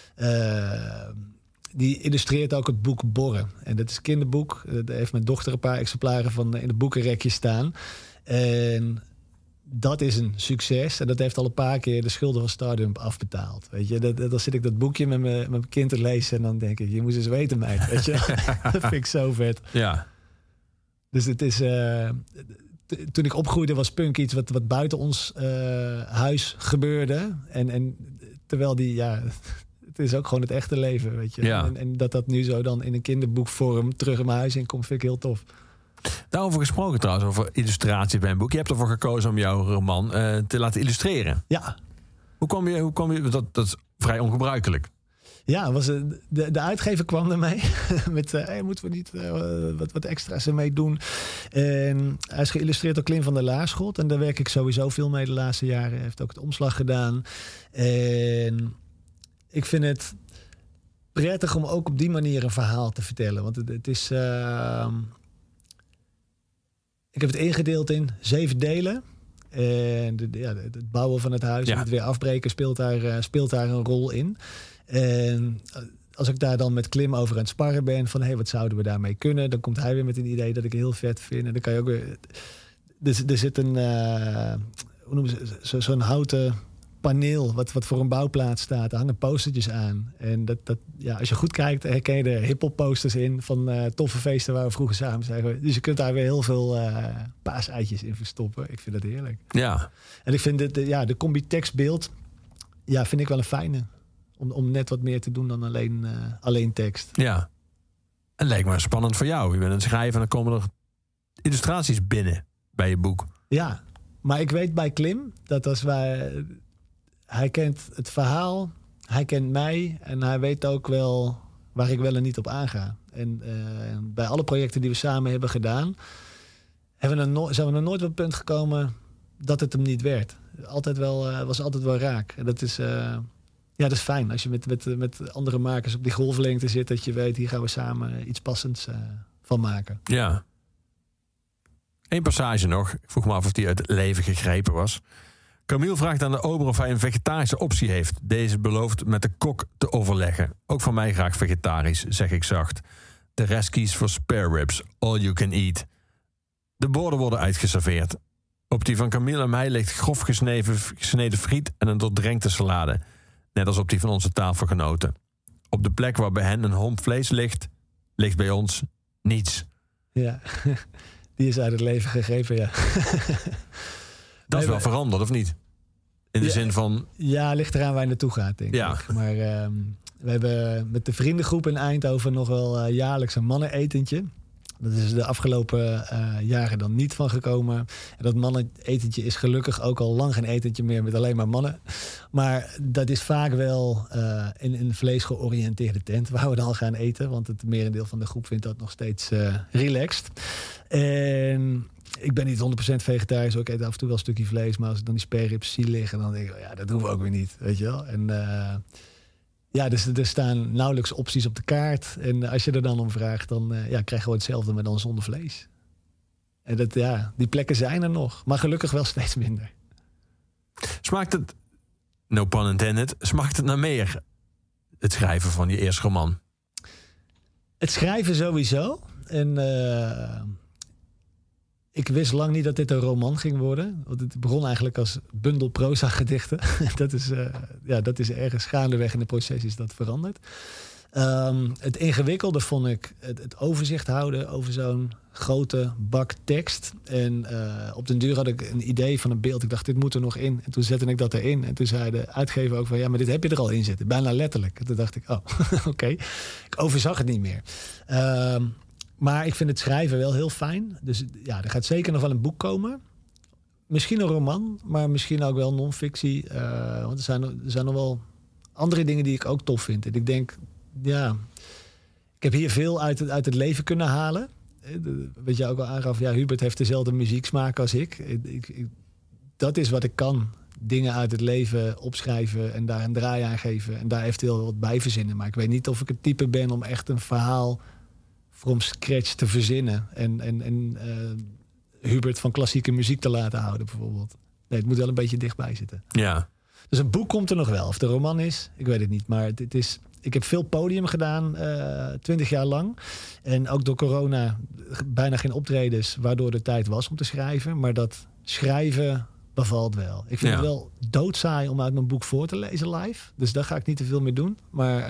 Die illustreert ook het boek Borren. En dat is een kinderboek. Daar heeft mijn dochter een paar exemplaren van in het boekenrekje staan. En dat is een succes. En dat heeft al een paar keer de schulden van Stardump afbetaald. Weet je, dan zit ik dat boekje met mijn kind te lezen en dan denk ik, je moet eens weten, meid. Weet je? Dat vind ik zo vet.
Ja.
Dus het is... toen ik opgroeide was punk iets wat buiten ons huis gebeurde. En terwijl het is ook gewoon het echte leven, weet je.
Ja.
En dat nu zo dan in een kinderboekvorm terug in mijn huis in komt, vind ik heel tof.
Daarover gesproken trouwens, over illustratie bij een boek. Je hebt ervoor gekozen om jouw roman te laten illustreren.
Ja.
Hoe kwam je dat is vrij ongebruikelijk.
Ja, de uitgever kwam ermee met moeten we niet wat extra's ermee doen. En hij is geïllustreerd door Klim van der Laarschot. En daar werk ik sowieso veel mee de laatste jaren. Hij heeft ook het omslag gedaan. En ik vind het prettig om ook op die manier een verhaal te vertellen. Want het is... ik heb het ingedeeld in 7 delen. En het bouwen van het huis en het weer afbreken speelt daar een rol in. En als ik daar dan met Klim over aan het sparren ben van wat zouden we daarmee kunnen, dan komt hij weer met een idee dat ik heel vet vind. En dan kan je ook weer... Er zit een zo'n houten paneel wat voor een bouwplaats staat. Er hangen postertjes aan. En als je goed kijkt, herken je er hiphop posters in van toffe feesten waar we vroeger samen zijn. Dus je kunt daar weer heel veel paaseitjes in verstoppen. Ik vind dat heerlijk.
Ja.
En ik vind de combi tekstbeeld, vind ik wel een fijne. Om net wat meer te doen dan alleen tekst.
Ja. En lijkt me spannend voor jou. Je bent aan het schrijven en dan komen er illustraties binnen bij je boek.
Ja, maar ik weet bij Klim dat als hij kent het verhaal, hij kent mij en hij weet ook wel waar ik wel en niet op aanga. En bij alle projecten die we samen hebben gedaan, zijn we nog nooit op het punt gekomen dat het hem niet werd. Was altijd wel raak. En dat is... dat is fijn als je met andere makers op die golflengte zit, dat je weet, hier gaan we samen iets passends van maken.
Ja. Eén passage nog. Ik vroeg me af of die uit het leven gegrepen was. Camille vraagt aan de ober of hij een vegetarische optie heeft. Deze belooft met de kok te overleggen. Ook van mij graag vegetarisch, zeg ik zacht. De rest kiest voor spare ribs, all you can eat. De borden worden uitgeserveerd. Op die van Camille en mij ligt grof gesneden friet en een doordrenkte salade. Net als op die van onze tafelgenoten. Op de plek waar bij hen een homp vlees ligt bij ons niets.
Ja, die is uit het leven gegrepen, ja.
Dat is wel veranderd, of niet? In de zin van...
Ja, ligt eraan waar je naartoe gaat, denk ik. Maar we hebben met de vriendengroep in Eindhoven nog wel jaarlijks een mannenetentje. Dat is de afgelopen jaren dan niet van gekomen. En dat mannenetentje is gelukkig ook al lang geen etentje meer met alleen maar mannen. Maar dat is vaak wel in een vleesgeoriënteerde tent waar we dan gaan eten. Want het merendeel van de groep vindt dat nog steeds relaxed. En ik ben niet 100% vegetarisch. Ik eet af en toe wel een stukje vlees. Maar als ik dan die spare ribs zie liggen, dan denk ik, dat doen we ook weer niet. Weet je wel? En... dus er staan nauwelijks opties op de kaart. En als je er dan om vraagt, dan krijg je gewoon hetzelfde, maar dan zonder vlees. En die plekken zijn er nog. Maar gelukkig wel steeds minder.
Smaakt het, no pun intended, smaakt het naar meer? Het schrijven van je eerste roman?
Het schrijven sowieso. En ik wist lang niet dat dit een roman ging worden. Want het begon eigenlijk als bundel proza gedichten. Dat is ergens gaandeweg in het proces is dat veranderd. Het ingewikkelde vond ik het overzicht houden over zo'n grote bak tekst. En op den duur had ik een idee van een beeld. Ik dacht, dit moet er nog in. En toen zette ik dat erin. En toen zei de uitgever ook van, ja, maar dit heb je er al in zitten. Bijna letterlijk. En toen dacht ik, oké. Ik overzag het niet meer. Maar ik vind het schrijven wel heel fijn. Dus er gaat zeker nog wel een boek komen. Misschien een roman, maar misschien ook wel non-fictie. Want er zijn nog wel andere dingen die ik ook tof vind. En ik denk, ik heb hier veel uit het leven kunnen halen. Wat je ook al aangaf, Hubert heeft dezelfde muzieksmaak als ik. Dat is wat ik kan. Dingen uit het leven opschrijven en daar een draai aan geven. En daar eventueel wat bij verzinnen. Maar ik weet niet of ik het type ben om echt een verhaal from scratch te verzinnen. En Hubert van klassieke muziek te laten houden bijvoorbeeld. Nee, het moet wel een beetje dichtbij zitten.
Ja.
Dus een boek komt er nog wel. Of de roman is, ik weet het niet. Maar ik heb veel podium gedaan, 20 jaar lang. En ook door corona bijna geen optredens, waardoor de tijd was om te schrijven. Maar dat schrijven bevalt wel. Ik vind het wel doodsaai om uit mijn boek voor te lezen live. Dus daar ga ik niet te veel mee doen. Maar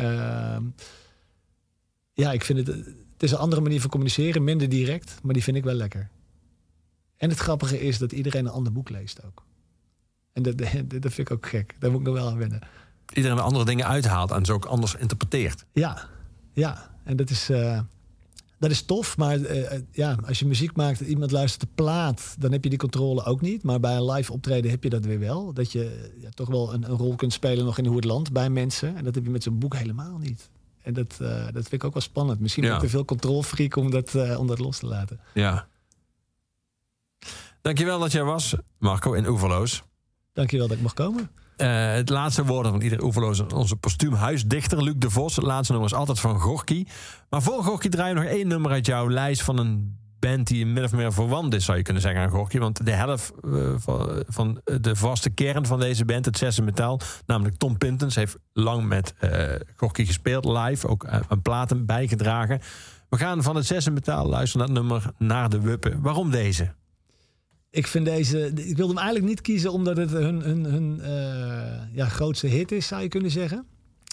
ik vind het is een andere manier van communiceren. Minder direct, maar die vind ik wel lekker. En het grappige is dat iedereen een ander boek leest ook. En dat vind ik ook gek. Daar moet ik nog wel aan wennen.
Iedereen andere dingen uithaalt en ze ook anders interpreteert.
Ja. En dat is tof. Maar als je muziek maakt en iemand luistert de plaat, dan heb je die controle ook niet. Maar bij een live optreden heb je dat weer wel. Dat je toch wel een rol kunt spelen nog in hoe het landt bij mensen. En dat heb je met zo'n boek helemaal niet. En dat vind ik ook wel spannend. Misschien ben ik te veel controlfreak om dat los te laten.
Ja. Dankjewel dat jij was, Marco, in Oeverloos.
Dankjewel dat ik mocht komen.
Het laatste woord van ieder Oeverloos, onze postuum huisdichter Luc de Vos. Het laatste nummer is altijd van Gorky. Maar voor Gorky draaien we nog 1 nummer uit jouw lijst van een band die min of meer verwant is, zou je kunnen zeggen, aan Gorky. Want de helft van de vaste kern van deze band, het Zesde Metaal, namelijk Tom Pintens, heeft lang met Gorky gespeeld, live, ook aan platen bijgedragen. We gaan van het Zesde Metaal luisteren naar het nummer Naar de Wuppen. Waarom deze?
Ik vind deze. Ik wilde hem eigenlijk niet kiezen omdat het hun grootste hit is, zou je kunnen zeggen.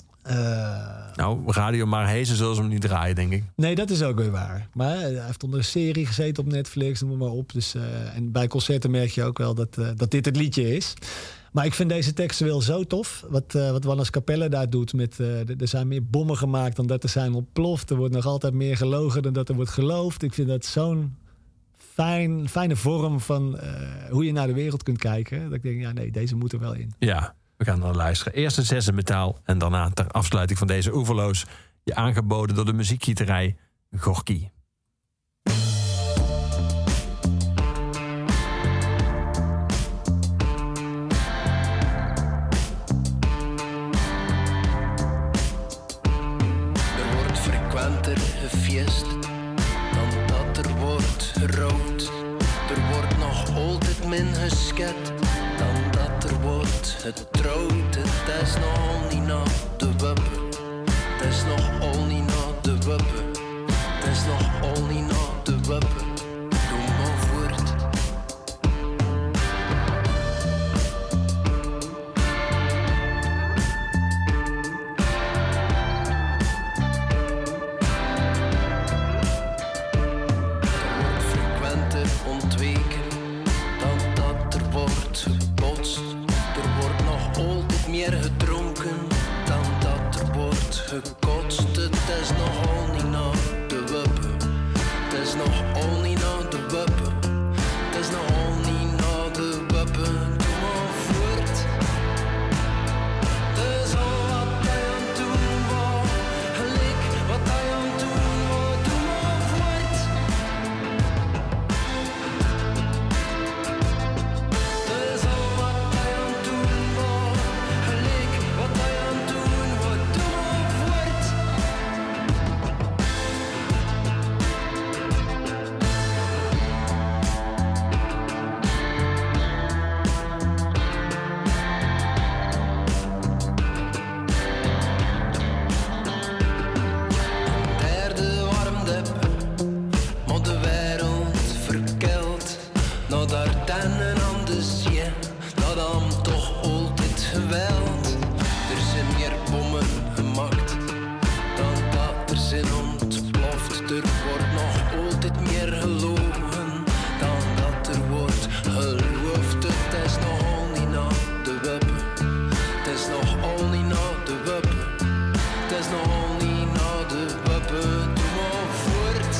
Radio Marhezen zullen ze hem niet draaien, denk ik.
Nee, dat is ook weer waar. Maar hij heeft onder een serie gezeten op Netflix, noem maar op. Dus, en bij concerten merk je ook wel dat dit het liedje is. Maar ik vind deze tekst wel zo tof. Wat Wannes Capelle daar doet. Er zijn meer bommen gemaakt dan dat er zijn ontploft. Er wordt nog altijd meer gelogen dan dat er wordt geloofd. Ik vind dat zo'n fijne vorm van hoe je naar de wereld kunt kijken. Dat ik denk, deze moet er wel in.
Ja, we gaan naar luisteren. Eerst het Zesde Metaal en daarna ter afsluiting van deze Oeverloos je aangeboden door de muziekgieterij Gorky.
Er wordt frequenter gefiest dan dat er wordt gerouwd. Er wordt nog altijd min gesket dan dat er wordt getrouwd. Het is nog al niet na de wuppen. Het is nog al niet na de wuppen. Het is nog al niet na de wuppen. Doe maar voort. Er wordt frequenter ontweken dan dat er wordt gebotst. Er wordt nog altijd meer gedronken dan dat er wordt gekotst. Het is nog al niet na de wuppen. Het is nog al niet na de wuppen. Het is nog al niet na de wuppen. Doe maar voort. Het is al wat hij aan het doen was. Gelijk wat hij aan het doen was. Doe maar voort. Het is al wat hij aan het doen was. Gelijk wat hij aan het doen was. Doe maar voort. Derde warmde, maar de wereld verkelt. Nou daar tennen aan de zee, nou dan toch altijd geweld. Er zijn meer bommen gemaakt dan dat er zijn ontploft. Er wordt nog altijd meer gelogen dan dat er wordt geloofd. Het is nog al niet na de wuppen. Het is nog al niet na de wuppen. Het is nog al niet na de wuppen. Doe maar voort.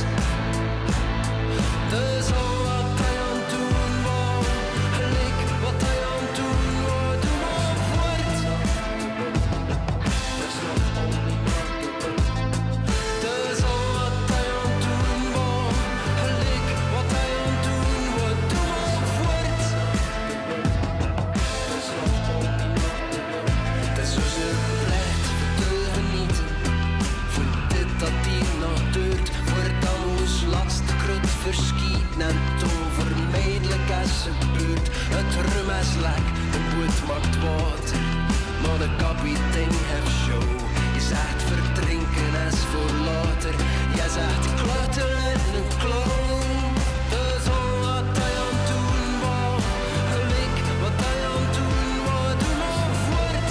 Het is al wat hij aan het doen was. Gelijk wat hij aan het doen was. Doe maar voort. Het is nog al niet na de wuppen. Het is al Weg, een boot maakt water, maar de kapitein heeft show. Je zegt verdrinken is voor later, je zegt klauteren in een clown. Dus al wat hij aan het doen was, gelijk wat hij aan het doen was, doe maar voort.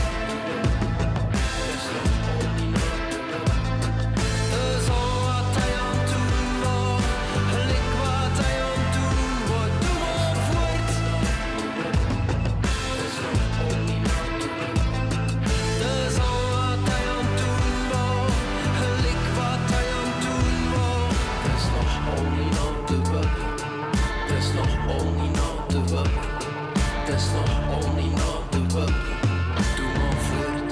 Dus al wat hij aan het doen was, gelijk wat hij aan het doen was, doe maar voort. Dus al wat hij aan het doen was, gelijk wat hij aan het doen was. Het is nog al niet aan de weg. Het is nog al niet aan de weg. Het is nog al niet aan de weg. Doe maar voort.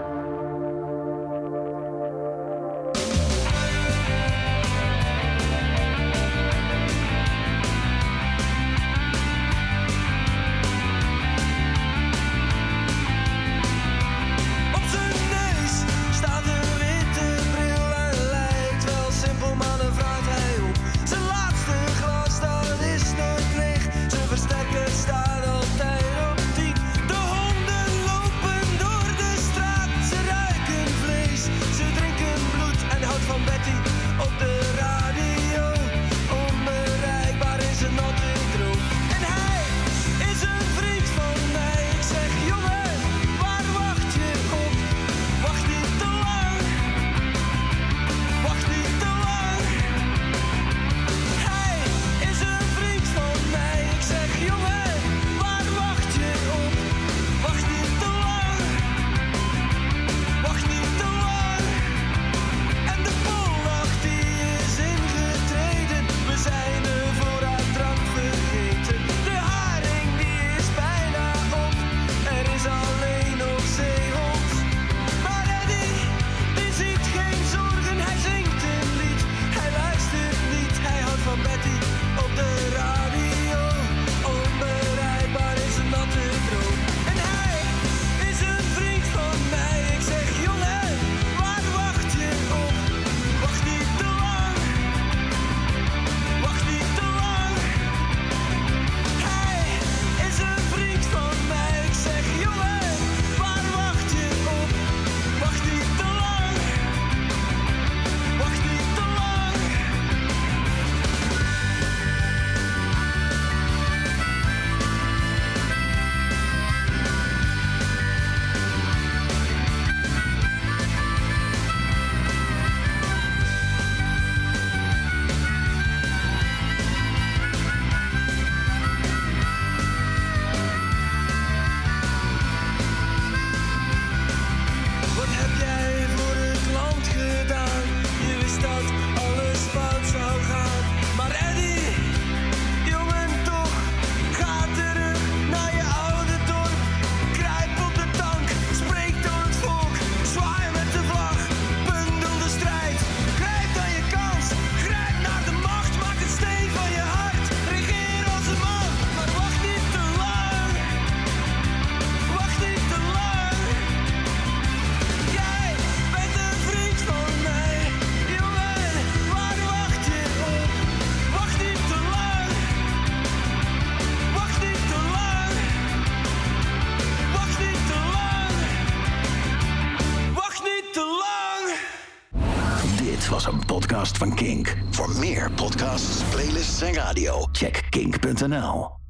Op zijn neus staat een witte bril en lijkt wel simpel, maar dan vraagt hij op. Zijn laatste glas, dat is nooit leeg. Zijn versterker staat altijd op 10. De honden lopen door de straat. Ze ruiken vlees, ze drinken bloed en houdt van Betty op de radio. Onbereikbaar is een natte droom. En hij is een vriend van mij. Ik zeg jongen, waar wacht je op? Wacht niet te lang. Wacht niet te lang. Hij is een vriend van mij. Ik zeg jongen, waar wacht je op? Wacht niet te lang. Wacht niet te lang. En de polnacht die is ingetreden. We zijn de voorraad drank vergeten. De haring die is bijna op. Er is alleen nog zeehond. Maar Eddie, die ziet geen zorgen. Hij zingt een lied. Hij luistert niet. Hij houdt van Betty op de radio. Onbereikbaar is een natte droom. En hij is een vriend van mij. Ik zeg jongen, waar wacht je op? Wacht niet te lang. Wacht niet te lang. Hij is een vriend van mij. Ik zeg jongen, waar wacht je op? Wacht niet te lang. Wacht niet te lang. Wat heb jij voor het land gedaan? Je wist dat alles fout zou gaan. Maar Eddie, jongen toch, ga terug naar je oude dorp. Kruip op de tank, spreek door het volk. Zwaai met de vlag, bundel de strijd. Grijp dan je kans, grijp naar de macht. Maak het steen van je hart, regeer als een man. Maar wacht niet te lang, wacht niet te lang. Jij bent een vriend van mij, jongen, waar wacht je op? Wacht niet te lang, wacht niet te lang, wacht niet te lang, wacht niet te lang.
Dit was een podcast van Kink. Voor meer podcasts, playlists en radio, check kink.nl.